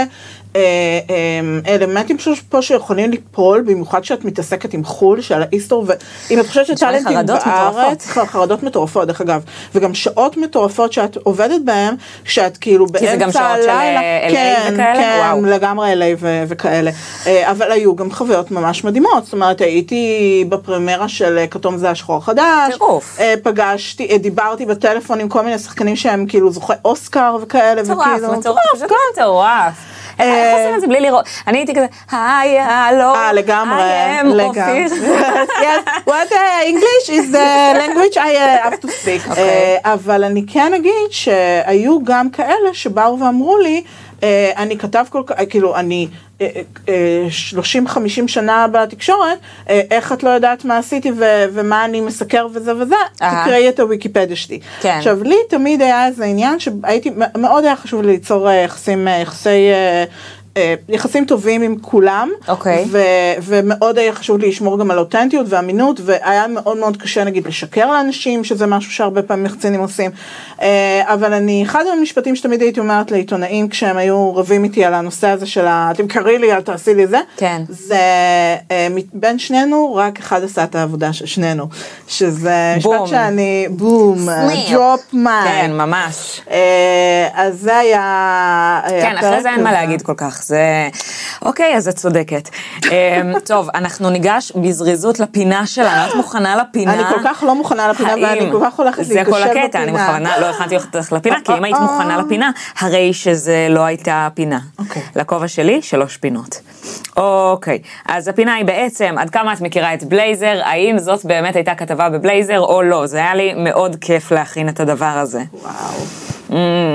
C: אלמנטים פה שיכולים ליפול, במיוחד שאת מתעסקת עם חול, שעל האיסטור, ואם את חושבת שטלנטים בארץ, חרדות מטורפות, דרך אגב, וגם שעות מטורפות שאת עובדת בהן, שאת כאילו באמצע הלילה,
B: כי זה גם שעות של אל איי וכאלה?
C: כן, לגמרי אל איי וכאלה. אבל היו גם חוויות ממש מדהימות, זאת אומרת, הייתי בפרמיירה של כתום זה השחור חדש, פגשתי, דיברתי בטלפון עם כל מיני שחקנים שהם כאילו זוכי אוסקר וכאלה,
B: מטורף, מטורף, פשוט מטורף. איך עושים את זה בלי לראות? אני הייתי כזה, היי, הלו,
C: אה, לגמרי,
B: I am אופיר.
C: Yes, what English is the language I have to speak. אבל אני כן אגיד שהיו גם כאלה שבאו ואמרו לי, אני כתב כל כך, כאילו, אני שלושים חמישים שנה בתקשורת, איך את לא יודעת מה עשיתי ומה אני מסקר וזה וזה, תקראי את הוויקיפדיה שלי. עכשיו, לי תמיד היה איזה עניין שהייתי, מאוד היה חשוב לי ליצור יחסים, יחסי... יחסים טובים עם כולם,
B: אוקיי.
C: ו- ומאוד היה חשוב לי לשמור גם על אותנטיות ואמינות, והיה מאוד מאוד קשה נגיד לשקר לאנשים, שזה משהו שהרבה פעמים יחצנים עושים, אבל אני, אחד המשפטים שתמיד הייתי אומרת לעיתונאים, כשהם היו רבים איתי על הנושא הזה של ה... אתם קראי לי, אל תעשי לי זה,
B: כן.
C: זה בין שנינו, רק אחד עשה את העבודה של שנינו, שזה משפט שאני, בום, drop mine.
B: כן, ממש.
C: אז זה היה...
B: כן, אחרי זה אין מה להגיד כל כך. זה... אוקיי, אז את צודקת. טוב, אנחנו ניגש בזריזות לפינה שלנו. את מוכנה לפינה?
C: אני כל כך לא מוכנה לפינה, ואני כל כך הולכת להתקשר בפינה.
B: זה כל הקטע, אני מוכנה, לא הכנתי אותך לפינה, כי אם היית מוכנה לפינה, הרי שזה לא הייתה פינה. לכובע שלי, שלוש פינות. אוקיי, אז הפינה היא בעצם, עד כמה את מכירה את בלייזר, האם זאת באמת הייתה כתבה בבלייזר או לא? זה היה לי מאוד כיף להכין את הדבר הזה.
C: וואו.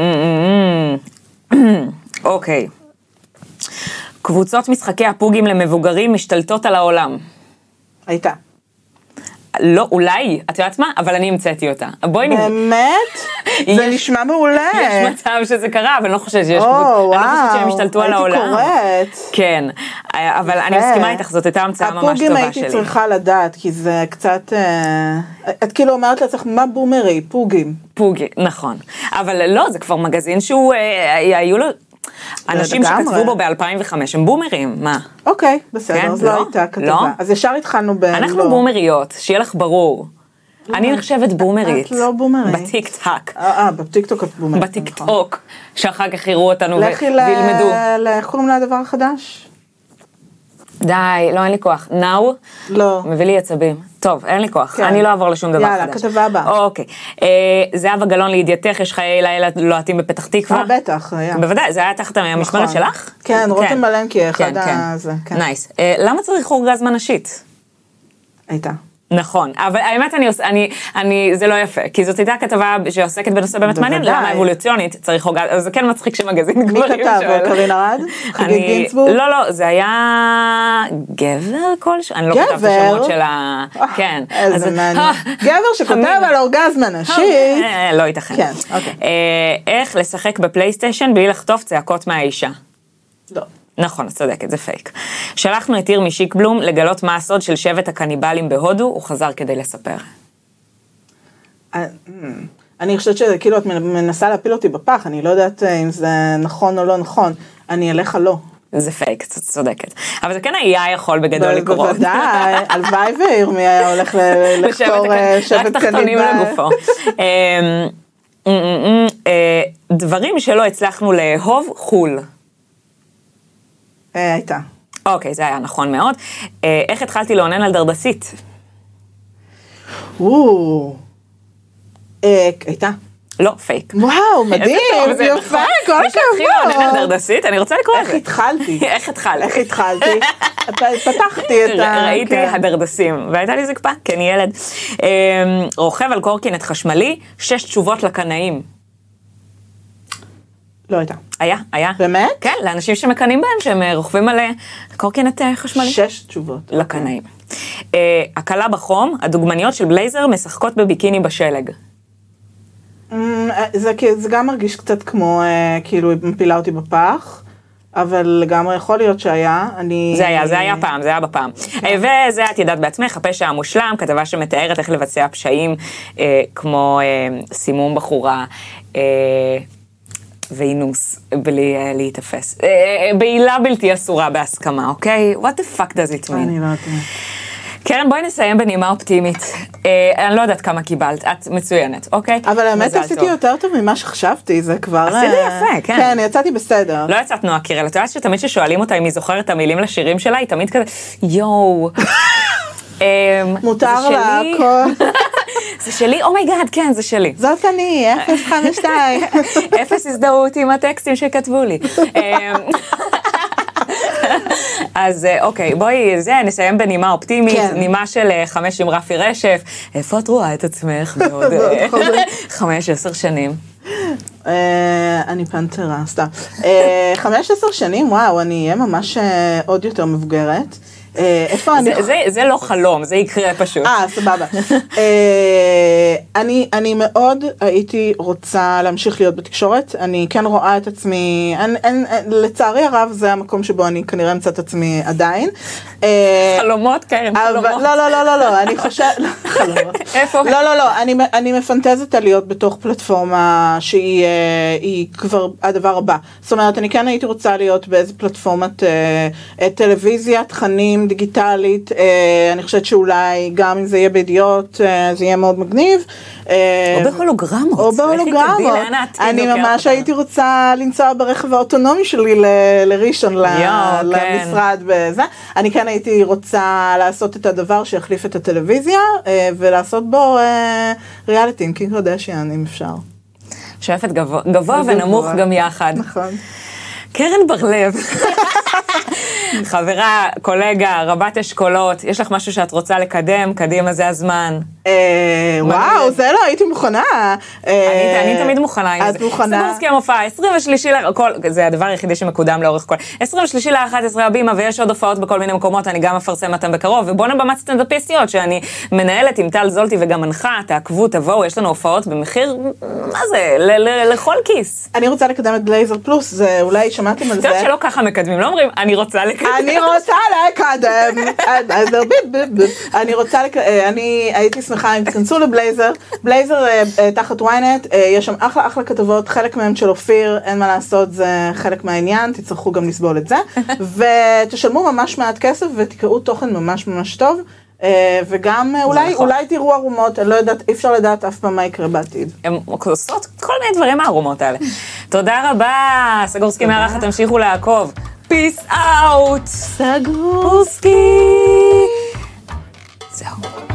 B: אוקיי. קבוצות משחקי הפוגים למבוגרים משתלטות על העולם.
C: הייתה.
B: לא, אולי, את יודעת מה? אבל אני המצאתי אותה. בואי נבוא.
C: באמת? זה נשמע מעולה.
B: יש מצב שזה קרה, אבל אני לא חושבת שיש קבוצות. אני לא חושבת שהם השתלטו על העולם.
C: הייתי קוראת.
B: כן, אבל אני מסכימה איתך, זאת הייתה המצאה ממש טובה שלי.
C: הפוגים הייתי צריכה לדעת, כי זה קצת... את כאילו אומרת לעצמך, מה בומרי? פוגים.
B: פוגים, נכון. אבל לא, זה כבר מגזין שהוא... היו לו... אנשים שכתבו בו ב-אלפיים וחמש הם בומרים, מה?
C: אוקיי, בסדר, אז לא הייתה כתבה. אז ישר התחלנו ב...
B: אנחנו בומריות, שיהיה לך ברור. אני נחשבת בומרית.
C: את לא בומרית.
B: בטיק-טק.
C: אה, בטיקטוק את בומרית.
B: בטיקטוק, שאחר כך יראו אותנו וילמדו.
C: לכי, איך קוראים לה הדבר החדש?
B: די, לא, אין לי כוח. נאו?
C: לא.
B: מביא לי עצבים. טוב, אין לי כוח. אני לא אעבור לשום דבר חדש.
C: יאללה, כתבה הבאה.
B: אוקיי. זהבה גלאון לידיעתך, יש חיי לילה לוהטים בפתח תקווה?
C: אה, בטח, היה.
B: בוודאי, זה היה תחת המשמרת שלך?
C: כן, רותם מלנקי, אחד הזה.
B: נייס. למה צריך אורגזמה נשית?
C: הייתה.
B: נכון, אבל האמת אני עושה, אני, אני, זה לא יפה, כי זאת הייתה כתבה שעוסקת בנושא באמת מעניין, למה אבולוציונית צריך אורגזמה, אז זה כן מצחיק שמגזין גברים שואל.
C: מי כתב? קרין ארד? חגית גינצבורג?
B: לא, לא, זה היה גבר כלשהו, אני לא כתבתי שמות של ה... כן.
C: איזה מעניין. גבר שכותב על אורגזמה נשית.
B: לא ייתכן.
C: כן, אוקיי.
B: איך לשחק בפלייסטיישן בלי לחטוף צעקות מהאישה?
C: לא.
B: נכון, את צודקת, זה פייק. שלחנו את ירמי שיקבלום לגלות מה הסוד של שבט הקניבלים בהודו, הוא חזר כדי לספר.
C: אני חושבת שכאילו את מנסה להפיל אותי בפח, אני לא יודעת אם זה נכון או לא נכון, אני אליך לא.
B: זה פייק, את צודקת. אבל זה כן היה יכול בגדול לקרוא.
C: בוודאי, הלוואי וירמי היה הולך לחקור שבט קניבל.
B: רק תחתונים לגופו. דברים שלא הצלחנו לאהוב חול.
C: הייתה.
B: אוקיי, זה היה נכון מאוד. איך התחלתי לעונן על דרדסית?
C: וואו. הייתה.
B: לא, פייק.
C: וואו, מדהים, יפה, כל הכבוד.
B: התחיל לעונן על דרדסית, אני רוצה לקרוא את זה.
C: איך התחלתי?
B: איך התחלתי?
C: איך התחלתי? פתחתי את ה...
B: ראיתי הדרדסים, והייתה לי זקפה, כן, ילד. רוכב על קורקינט חשמלי, שש תשובות לקנאים.
C: לא הייתה.
B: היה, היה.
C: באמת?
B: כן, לאנשים שמקנים בהם, שהם רוכבים על קורקינט חשמלי.
C: שש תשובות.
B: לקנאים. הקלה בחום, הדוגמניות של בלייזר משחקות בביקיני בשלג.
C: זה גם מרגיש קצת כמו, כאילו, היא מפילה אותי בפח, אבל לגמרי יכול להיות שהיה, אני...
B: זה היה, זה היה פעם, זה היה בפעם. וזה את ידעת בעצמך, הפשע המושלם, כתבה שמתארת איך לבצע פשעים, כמו סימום בחורה, ואינוס, בלי להתאפס. בעילה בלתי אסורה בהסכמה, אוקיי? What the fuck does it mean?
C: אני לא יודעת.
B: קרן, בואי נסיים בנימה אופטימית. אני לא יודעת כמה קיבלת, את מצוינת, אוקיי?
C: אבל האמת עשיתי יותר טוב ממה שחשבתי, זה כבר...
B: עשיתי יפה, כן.
C: כן, יצאתי בסדר.
B: לא יצאת נועה קירל, את יודעת שתמיד ששואלים אותה אם היא זוכרת את המילים לשירים שלה, היא תמיד כזה, יואו.
C: מותר לה, הכל.
B: זה שלי? אומייגאד, כן, זה שלי.
C: זאת אני, אפס חמש שתיים.
B: אפס הזדהות עם הטקסטים שכתבו לי. אז אוקיי, בואי, זה, נסיים בנימה אופטימית, נימה של חמש עם רפי רשף. איפה את רואה את עצמך בעוד חמש, עשר שנים?
C: אני פנתרה, סתם. חמש עשר שנים, וואו, אני אהיה ממש עוד יותר מבוגרת. איפה אני...
B: זה לא חלום, זה יקרה פשוט.
C: אה, סבבה. אני מאוד הייתי רוצה להמשיך להיות בתקשורת, אני כן רואה את עצמי, לצערי הרב זה המקום שבו אני כנראה אמצא את עצמי עדיין.
B: חלומות, כן, חלומות.
C: לא, לא, לא, לא, לא, אני חושבת, חלומות.
B: איפה?
C: לא, לא, לא, אני מפנטזת על להיות בתוך פלטפורמה שהיא כבר הדבר הבא. זאת אומרת, אני כן הייתי רוצה להיות באיזה פלטפורמת טלוויזיה, תכנים, דיגיטלית, אני חושבת שאולי גם אם זה יהיה בידיעות, זה יהיה מאוד מגניב.
B: או בהולוגרמות.
C: או בהולוגרמות. אני ממש הייתי רוצה לנסוע ברכב האוטונומי שלי לראשון, למשרד בזה. אני כן הייתי רוצה לעשות את הדבר שיחליף את הטלוויזיה, ולעשות בו ריאליטי עם קים קרדשיאן, אם אפשר.
B: שואפת גבוה ונמוך גם יחד.
C: נכון.
B: קרן בר-לב. חברה, קולגה, רבת אשכולות, יש לך משהו שאת רוצה לקדם, קדימה זה הזמן.
C: וואו, זה לא, הייתי מוכנה.
B: אני תמיד מוכנה.
C: את מוכנה.
B: סגורסקי המופע, עשרים ושלישי, זה הדבר היחידי שמקודם לאורך כל. עשרים ושלישי לאחת עשרה הבימה, ויש עוד הופעות בכל מיני מקומות, אני גם אפרסם אותם בקרוב, ובוא נבמת סטנדאפיסטיות, שאני מנהלת עם טל זולטי וגם מנחה, תעקבו, תבואו, יש לנו הופעות במחיר, מה זה, לכל כיס. אני רוצה לקדם את בלייזר פלוס, זה אולי שמעתם על זה. טוב שלא ככה מקדמים, לא אומרים, אני רוצה לקדם.
C: אני רוצה לקדם. אני רוצה לקדם. אני הייתי שמחה אם תכנסו לבלייזר. בלייזר תחת וויינט, יש שם אחלה אחלה כתבות, חלק מהם של אופיר, אין מה לעשות, זה חלק מהעניין, תצטרכו גם לסבול את זה. ותשלמו ממש מעט כסף ותקראו תוכן ממש ממש טוב. וגם אולי, אולי תראו ערומות, אני לא יודעת, אי אפשר לדעת אף פעם מה יקרה בעתיד.
B: הן עושות כל מיני דברים מהערומות האלה. תודה רבה, סגורסקי מארחת, תמשיכו לעקוב. פיס אאוט! סגורסקי! זהו.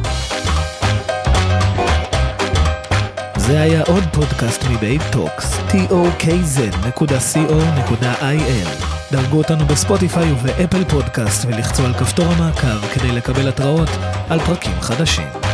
A: זה היה עוד פודקאסט מבייב טוקס, טי או קיי זד נקודה סי או נקודה איי אל. דרגו אותנו בספוטיפיי ובאפל פודקאסט ולחצו על כפתור המעקב כדי לקבל התראות על פרקים חדשים.